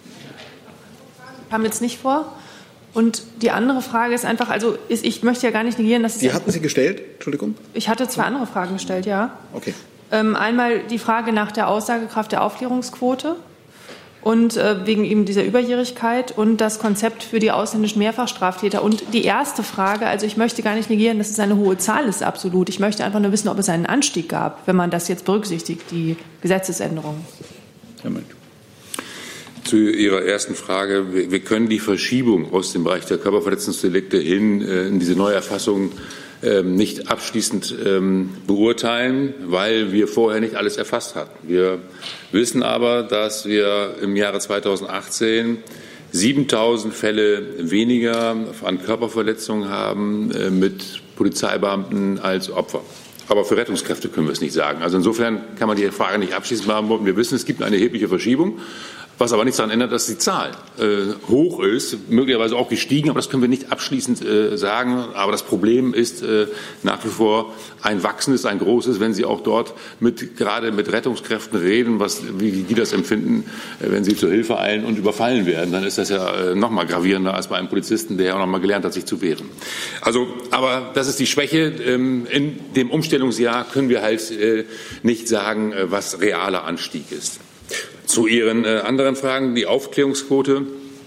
Kam jetzt nicht vor. Und die andere Frage ist einfach, also ich möchte ja gar nicht negieren, dass es... Die hatten Sie gestellt? Entschuldigung. Ich hatte 2 andere Fragen gestellt, ja. Okay. Einmal die Frage nach der Aussagekraft der Aufklärungsquote und wegen eben dieser Überjährigkeit und das Konzept für die ausländischen Mehrfachstraftäter. Und die erste Frage, also ich möchte gar nicht negieren, dass es eine hohe Zahl ist, absolut. Ich möchte einfach nur wissen, ob es einen Anstieg gab, wenn man das jetzt berücksichtigt, die Gesetzesänderungen. Herr Menk. Zu Ihrer ersten Frage. Wir können die Verschiebung aus dem Bereich der Körperverletzungsdelikte hin in diese Neuerfassung nicht abschließend beurteilen, weil wir vorher nicht alles erfasst hatten. Wir wissen aber, dass wir im Jahre 2018 7.000 Fälle weniger an Körperverletzungen haben mit Polizeibeamten als Opfer. Aber für Rettungskräfte können wir es nicht sagen. Also insofern kann man die Frage nicht abschließend beantworten. Wir wissen, es gibt eine erhebliche Verschiebung, was aber nichts daran ändert, dass die Zahl hoch ist, möglicherweise auch gestiegen, aber das können wir nicht abschließend sagen. Aber das Problem ist nach wie vor ein wachsendes, ein großes, wenn Sie auch dort gerade mit Rettungskräften reden, wie die das empfinden, wenn sie zur Hilfe eilen und überfallen werden, dann ist das ja noch mal gravierender als bei einem Polizisten, der ja auch noch mal gelernt hat, sich zu wehren. Also, aber das ist die Schwäche. In dem Umstellungsjahr können wir halt nicht sagen, was realer Anstieg ist. Zu Ihren anderen Fragen. Die Aufklärungsquote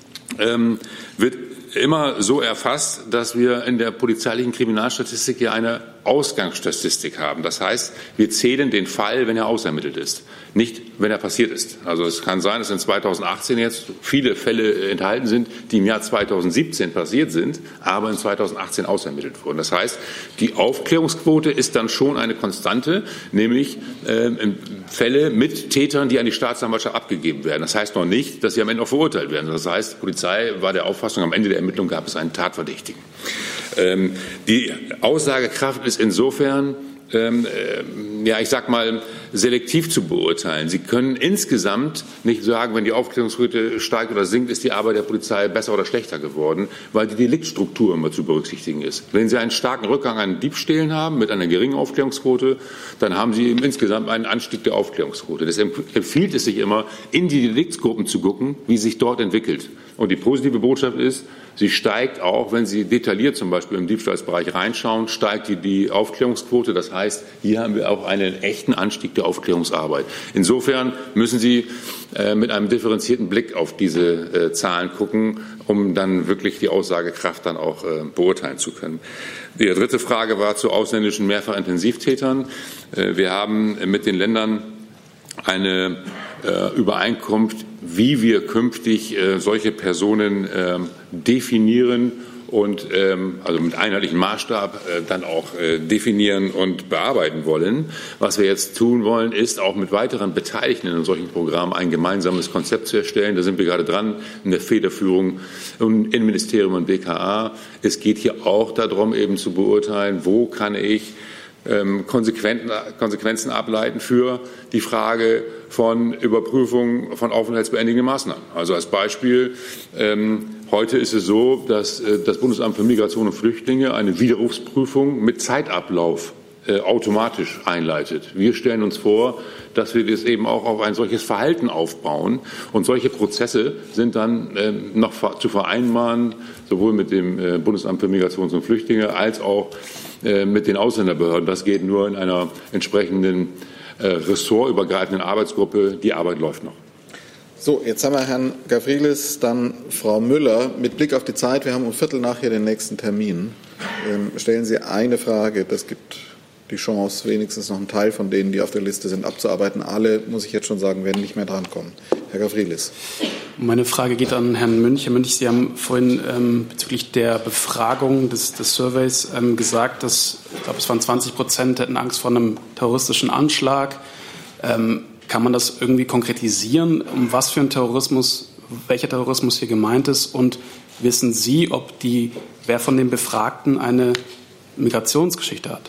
wird immer so erfasst, dass wir in der polizeilichen Kriminalstatistik ja eine Ausgangsstatistik haben. Das heißt, wir zählen den Fall, wenn er ausermittelt ist, nicht wenn er passiert ist. Also es kann sein, dass in 2018 jetzt viele Fälle enthalten sind, die im Jahr 2017 passiert sind, aber in 2018 ausermittelt wurden. Das heißt, die Aufklärungsquote ist dann schon eine Konstante, nämlich Fälle mit Tätern, die an die Staatsanwaltschaft abgegeben werden. Das heißt noch nicht, dass sie am Ende auch verurteilt werden. Das heißt, die Polizei war der Auffassung, am Ende der Ermittlung gab es einen Tatverdächtigen. Die Aussagekraft ist insofern, ich sag mal, selektiv zu beurteilen. Sie können insgesamt nicht sagen, wenn die Aufklärungsquote steigt oder sinkt, ist die Arbeit der Polizei besser oder schlechter geworden, weil die Deliktstruktur immer zu berücksichtigen ist. Wenn Sie einen starken Rückgang an Diebstählen haben mit einer geringen Aufklärungsquote, dann haben Sie insgesamt einen Anstieg der Aufklärungsquote. Das empfiehlt es sich immer, in die Deliktsgruppen zu gucken, wie sich dort entwickelt. Und die positive Botschaft ist, sie steigt auch, wenn Sie detailliert zum Beispiel im Diebstahlsbereich reinschauen, steigt die Aufklärungsquote. Das heißt, hier haben wir auch einen echten Anstieg der Aufklärungsarbeit. Insofern müssen Sie mit einem differenzierten Blick auf diese Zahlen gucken, um dann wirklich die Aussagekraft dann auch beurteilen zu können. Die dritte Frage war zu ausländischen Mehrfachintensivtätern. Wir haben mit den Ländern eine Übereinkunft, wie wir künftig solche Personen definieren und also mit einheitlichem Maßstab dann auch definieren und bearbeiten wollen. Was wir jetzt tun wollen, ist auch mit weiteren Beteiligten in solchen Programmen ein gemeinsames Konzept zu erstellen. Da sind wir gerade dran in der Federführung im Innenministerium und BKA. Es geht hier auch darum, eben zu beurteilen, wo kann ich Konsequenzen ableiten für die Frage von Überprüfung von aufenthaltsbeendigenden Maßnahmen. Also als Beispiel, heute ist es so, dass das Bundesamt für Migration und Flüchtlinge eine Widerrufsprüfung mit Zeitablauf automatisch einleitet. Wir stellen uns vor, dass wir das eben auch auf ein solches Verhalten aufbauen. Und solche Prozesse sind dann noch zu vereinbaren, sowohl mit dem Bundesamt für Migration und Flüchtlinge als auch mit den Ausländerbehörden. Das geht nur in einer entsprechenden ressortübergreifenden Arbeitsgruppe. Die Arbeit läuft noch. So, jetzt haben wir Herrn Gavrilis, dann Frau Müller. Mit Blick auf die Zeit, wir haben um Viertel nach hier den nächsten Termin. Stellen Sie eine Frage. Das gibt die Chance, wenigstens noch einen Teil von denen, die auf der Liste sind, abzuarbeiten. Alle, muss ich jetzt schon sagen, werden nicht mehr drankommen. Herr Gavrilis. Meine Frage geht an Herrn Münch. Herr Münch, Sie haben vorhin bezüglich der Befragung des Surveys gesagt, dass, ich glaube, es waren 20% hätten Angst vor einem terroristischen Anschlag. Kann man das irgendwie konkretisieren, um was für ein Terrorismus, welcher Terrorismus hier gemeint ist? Und wissen Sie, wer von den Befragten eine Migrationsgeschichte hat?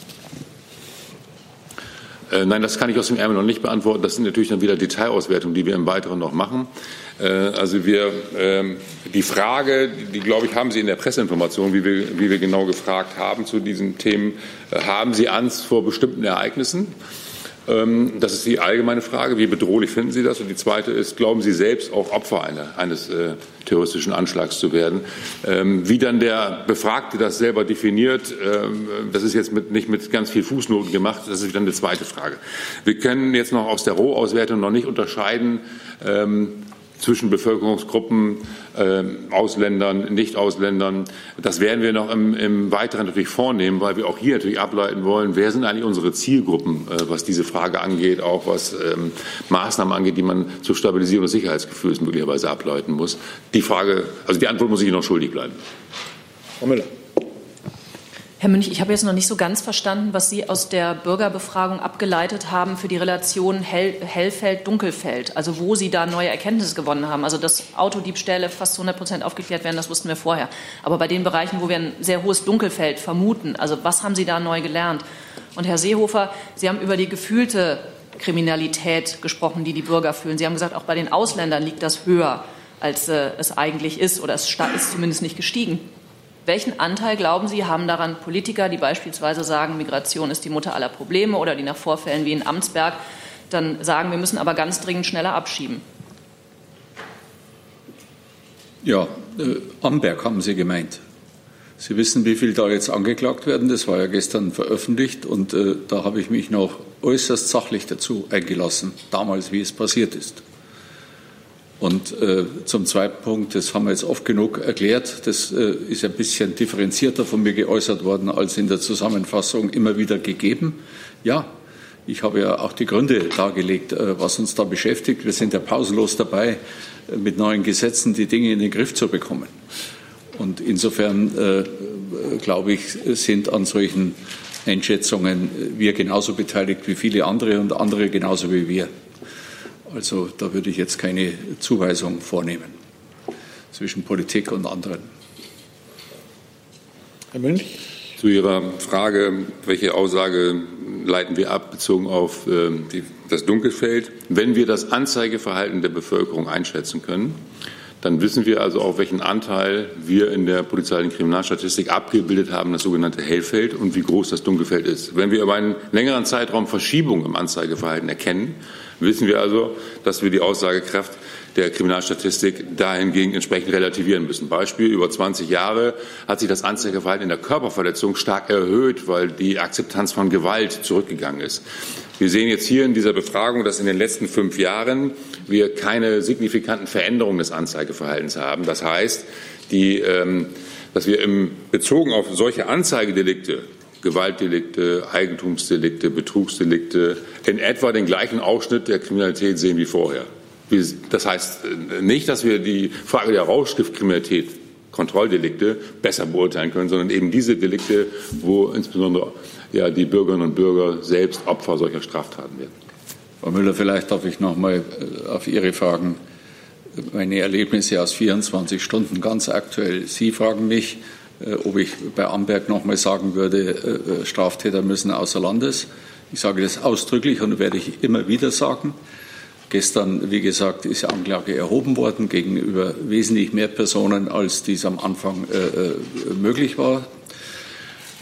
Nein, das kann ich aus dem Ärmel noch nicht beantworten. Das sind natürlich dann wieder Detailauswertungen, die wir im Weiteren noch machen. Also die Frage, die glaube ich, haben Sie in der Presseinformation, wie wir genau gefragt haben zu diesen Themen, haben Sie Angst vor bestimmten Ereignissen? Das ist die allgemeine Frage. Wie bedrohlich finden Sie das? Und die zweite ist, glauben Sie selbst auch Opfer eines terroristischen Anschlags zu werden? Wie dann der Befragte das selber definiert, das ist jetzt nicht mit ganz viel Fußnoten gemacht. Das ist wieder eine zweite Frage. Wir können jetzt noch aus der Rohauswertung noch nicht unterscheiden zwischen Bevölkerungsgruppen, Ausländern, Nicht-Ausländern. Das werden wir noch im Weiteren natürlich vornehmen, weil wir auch hier natürlich ableiten wollen, wer sind eigentlich unsere Zielgruppen, was diese Frage angeht, auch was Maßnahmen angeht, die man zur Stabilisierung des Sicherheitsgefühls möglicherweise ableiten muss. Die Antwort muss ich Ihnen noch schuldig bleiben. Frau Müller. Herr Münch, ich habe jetzt noch nicht so ganz verstanden, was Sie aus der Bürgerbefragung abgeleitet haben für die Relation Hellfeld-Dunkelfeld, also wo Sie da neue Erkenntnisse gewonnen haben. Also dass Autodiebstähle fast zu 100% aufgeklärt werden, das wussten wir vorher. Aber bei den Bereichen, wo wir ein sehr hohes Dunkelfeld vermuten, also was haben Sie da neu gelernt? Und Herr Seehofer, Sie haben über die gefühlte Kriminalität gesprochen, die Bürger fühlen. Sie haben gesagt, auch bei den Ausländern liegt das höher, als es eigentlich ist, oder es ist zumindest nicht gestiegen. Welchen Anteil, glauben Sie, haben daran Politiker, die beispielsweise sagen, Migration ist die Mutter aller Probleme oder die nach Vorfällen wie in Amtsberg dann sagen, wir müssen aber ganz dringend schneller abschieben? Ja, Amberg haben Sie gemeint. Sie wissen, wie viel da jetzt angeklagt werden. Das war ja gestern veröffentlicht und da habe ich mich noch äußerst sachlich dazu eingelassen, damals, wie es passiert ist. Und zum zweiten Punkt, das haben wir jetzt oft genug erklärt, das ist ein bisschen differenzierter von mir geäußert worden als in der Zusammenfassung immer wieder gegeben. Ja, ich habe ja auch die Gründe dargelegt, was uns da beschäftigt. Wir sind ja pausenlos dabei, mit neuen Gesetzen die Dinge in den Griff zu bekommen. Und insofern, glaube ich, sind an solchen Einschätzungen wir genauso beteiligt wie viele andere und andere genauso wie wir. Also da würde ich jetzt keine Zuweisung vornehmen zwischen Politik und anderen. Herr Münch? Zu Ihrer Frage, welche Aussage leiten wir ab, bezogen auf das Dunkelfeld. Wenn wir das Anzeigeverhalten der Bevölkerung einschätzen können, dann wissen wir also auch, welchen Anteil wir in der polizeilichen Kriminalstatistik abgebildet haben, das sogenannte Hellfeld, und wie groß das Dunkelfeld ist. Wenn wir über einen längeren Zeitraum Verschiebung im Anzeigeverhalten erkennen, wissen wir also, dass wir die Aussagekraft der Kriminalstatistik dahingegen entsprechend relativieren müssen. Beispiel: über 20 Jahre hat sich das Anzeigeverhalten in der Körperverletzung stark erhöht, weil die Akzeptanz von Gewalt zurückgegangen ist. Wir sehen jetzt hier in dieser Befragung, dass in den letzten 5 Jahren wir keine signifikanten Veränderungen des Anzeigeverhaltens haben. Das heißt, dass wir bezogen auf solche Anzeigedelikte, Gewaltdelikte, Eigentumsdelikte, Betrugsdelikte, in etwa den gleichen Ausschnitt der Kriminalität sehen wie vorher. Das heißt nicht, dass wir die Frage der Rauschgiftkriminalität, Kontrolldelikte, besser beurteilen können, sondern eben diese Delikte, wo insbesondere die Bürgerinnen und Bürger selbst Opfer solcher Straftaten werden. Frau Müller, vielleicht darf ich noch mal auf Ihre Fragen, meine Erlebnisse aus 24 Stunden ganz aktuell. Sie fragen mich, ob ich bei Amberg noch mal sagen würde, Straftäter müssen außer Landes. Ich sage das ausdrücklich und werde ich immer wieder sagen. Gestern, wie gesagt, ist Anklage erhoben worden gegenüber wesentlich mehr Personen, als dies am Anfang möglich war.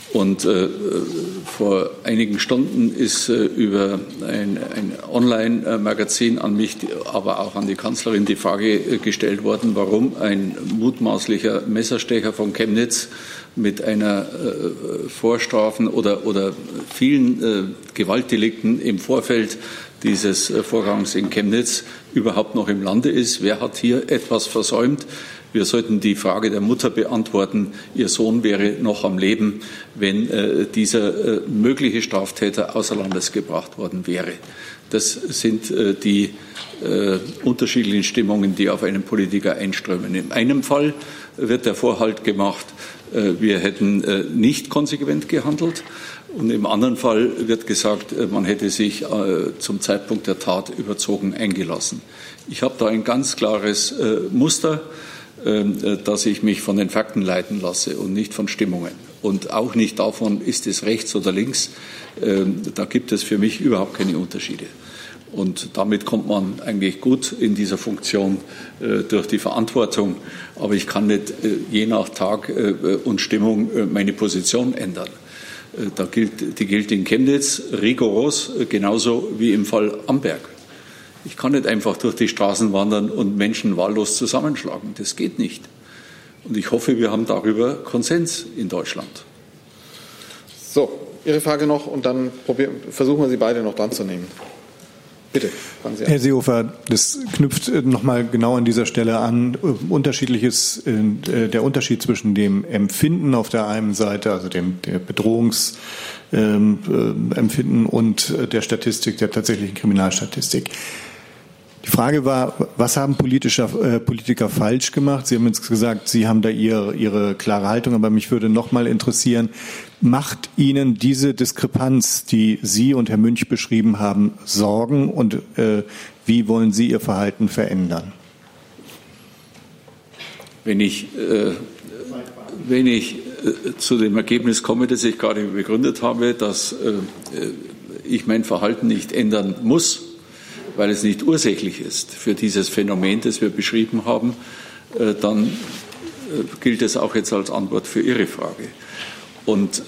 Und vor einigen Stunden ist über ein Online-Magazin an mich, aber auch an die Kanzlerin die Frage gestellt worden, warum ein mutmaßlicher Messerstecher von Chemnitz mit einer Vorstrafen oder vielen Gewaltdelikten im Vorfeld dieses Vorgangs in Chemnitz überhaupt noch im Lande ist. Wer hat hier etwas versäumt? Wir sollten die Frage der Mutter beantworten. Ihr Sohn wäre noch am Leben, wenn dieser mögliche Straftäter außer Landes gebracht worden wäre. Das sind die unterschiedlichen Stimmungen, die auf einen Politiker einströmen. In einem Fall wird der Vorhalt gemacht, wir hätten nicht konsequent gehandelt. Und im anderen Fall wird gesagt, man hätte sich zum Zeitpunkt der Tat überzogen eingelassen. Ich habe da ein ganz klares Muster, dass ich mich von den Fakten leiten lasse und nicht von Stimmungen. Und auch nicht davon, ist es rechts oder links. Da gibt es für mich überhaupt keine Unterschiede. Und damit kommt man eigentlich gut in dieser Funktion durch die Verantwortung. Aber ich kann nicht je nach Tag und Stimmung meine Position ändern. Die gilt in Chemnitz rigoros, genauso wie im Fall Amberg. Ich kann nicht einfach durch die Straßen wandern und Menschen wahllos zusammenschlagen. Das geht nicht. Und ich hoffe, wir haben darüber Konsens in Deutschland. So, Ihre Frage noch und dann versuchen wir Sie beide noch dran zu nehmen. Bitte, fangen Sie an. Herr Seehofer, das knüpft noch mal genau an dieser Stelle an. Der Unterschied zwischen dem Empfinden auf der einen Seite, also der Bedrohungsempfinden und der Statistik, der tatsächlichen Kriminalstatistik. Die Frage war, was haben Politiker falsch gemacht? Sie haben jetzt gesagt, Sie haben da Ihre klare Haltung, aber mich würde noch mal interessieren, macht Ihnen diese Diskrepanz, die Sie und Herr Münch beschrieben haben, Sorgen und wie wollen Sie Ihr Verhalten verändern? Wenn ich zu dem Ergebnis komme, das ich gerade begründet habe, dass ich mein Verhalten nicht ändern muss, weil es nicht ursächlich ist für dieses Phänomen, das wir beschrieben haben, dann gilt es auch jetzt als Antwort für Ihre Frage. Und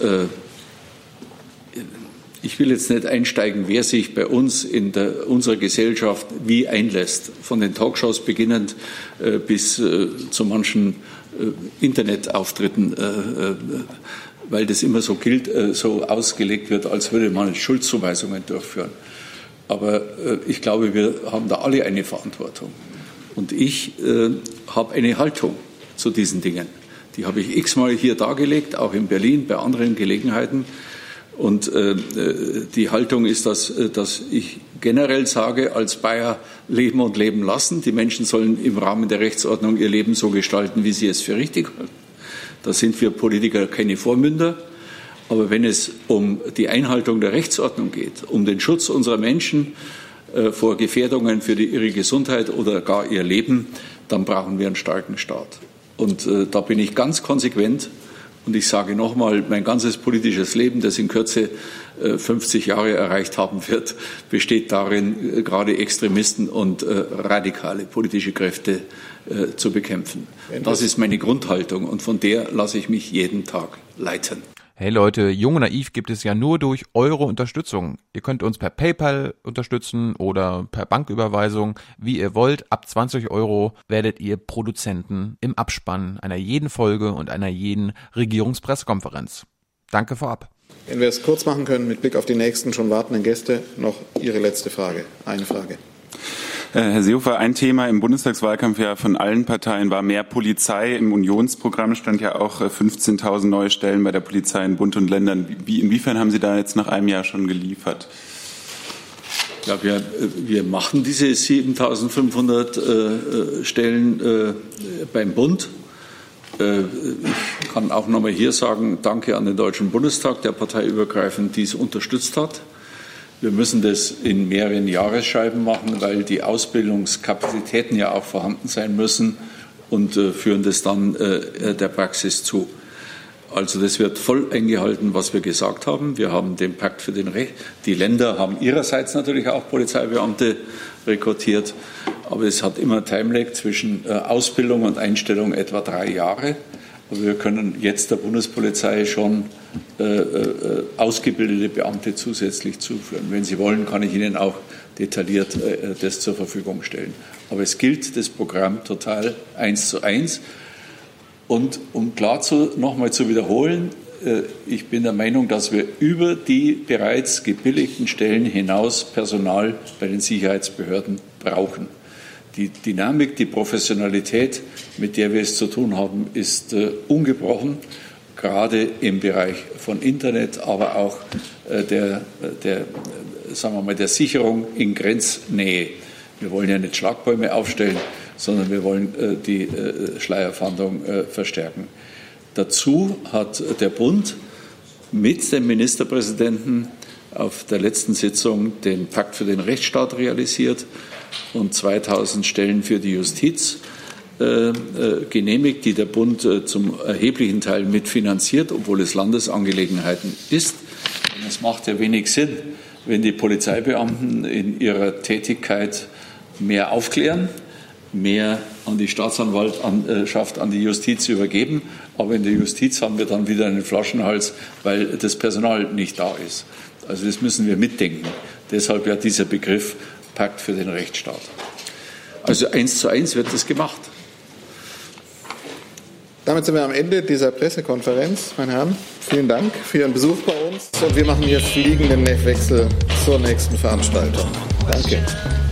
ich will jetzt nicht einsteigen, wer sich bei uns in unserer Gesellschaft wie einlässt, von den Talkshows beginnend bis zu manchen Internetauftritten, weil das immer so gilt, so ausgelegt wird, als würde man Schuldzuweisungen durchführen. Aber ich glaube, wir haben da alle eine Verantwortung. Und ich habe eine Haltung zu diesen Dingen. Die habe ich x-mal hier dargelegt, auch in Berlin, bei anderen Gelegenheiten. Und die Haltung ist, dass ich generell sage, als Bayer leben und leben lassen. Die Menschen sollen im Rahmen der Rechtsordnung ihr Leben so gestalten, wie sie es für richtig halten. Da sind wir Politiker keine Vormünder. Aber wenn es um die Einhaltung der Rechtsordnung geht, um den Schutz unserer Menschen vor Gefährdungen für ihre Gesundheit oder gar ihr Leben, dann brauchen wir einen starken Staat. Und da bin ich ganz konsequent. Und ich sage nochmal, mein ganzes politisches Leben, das in Kürze 50 Jahre erreicht haben wird, besteht darin, gerade Extremisten und radikale politische Kräfte zu bekämpfen. Das ist meine Grundhaltung und von der lasse ich mich jeden Tag leiten. Hey Leute, Jung und Naiv gibt es ja nur durch eure Unterstützung. Ihr könnt uns per PayPal unterstützen oder per Banküberweisung, wie ihr wollt. Ab 20 € werdet ihr Produzenten im Abspann einer jeden Folge und einer jeden Regierungspressekonferenz. Danke vorab. Wenn wir es kurz machen können, mit Blick auf die nächsten schon wartenden Gäste, noch Ihre letzte Frage. Eine Frage. Herr Seehofer, ein Thema im Bundestagswahlkampf ja von allen Parteien war mehr Polizei. Im Unionsprogramm stand ja auch 15.000 neue Stellen bei der Polizei in Bund und Ländern. Inwiefern haben Sie da jetzt nach einem Jahr schon geliefert? Ja, wir machen diese 7.500 Stellen beim Bund. Ich kann auch noch mal hier sagen, danke an den Deutschen Bundestag, der parteiübergreifend dies unterstützt hat. Wir müssen das in mehreren Jahresscheiben machen, weil die Ausbildungskapazitäten ja auch vorhanden sein müssen und führen das dann der Praxis zu. Also das wird voll eingehalten, was wir gesagt haben. Wir haben den Pakt für den Recht. Die Länder haben ihrerseits natürlich auch Polizeibeamte rekrutiert, aber es hat immer Timelag zwischen Ausbildung und Einstellung etwa 3 Jahre. Aber wir können jetzt der Bundespolizei schon ausgebildete Beamte zusätzlich zuführen. Wenn Sie wollen, kann ich Ihnen auch detailliert das zur Verfügung stellen. Aber es gilt das Programm total 1:1. Und um nochmal zu wiederholen, ich bin der Meinung, dass wir über die bereits gebilligten Stellen hinaus Personal bei den Sicherheitsbehörden brauchen. Die Dynamik, die Professionalität, mit der wir es zu tun haben, ist ungebrochen, gerade im Bereich von Internet, aber auch der Sicherung in Grenznähe. Wir wollen ja nicht Schlagbäume aufstellen, sondern wir wollen die Schleierfahndung verstärken. Dazu hat der Bund mit dem Ministerpräsidenten auf der letzten Sitzung den Pakt für den Rechtsstaat realisiert und 2000 Stellen für die Justiz genehmigt, die der Bund zum erheblichen Teil mitfinanziert, obwohl es Landesangelegenheiten ist. Und es macht ja wenig Sinn, wenn die Polizeibeamten in ihrer Tätigkeit mehr aufklären, mehr an die Staatsanwaltschaft, an die Justiz übergeben. Aber in der Justiz haben wir dann wieder einen Flaschenhals, weil das Personal nicht da ist. Also das müssen wir mitdenken. Deshalb ja dieser Begriff Pakt für den Rechtsstaat. Also 1:1 wird das gemacht. Damit sind wir am Ende dieser Pressekonferenz. Meine Herren, vielen Dank für Ihren Besuch bei uns. Und wir machen jetzt fliegenden Wechsel zur nächsten Veranstaltung. Danke.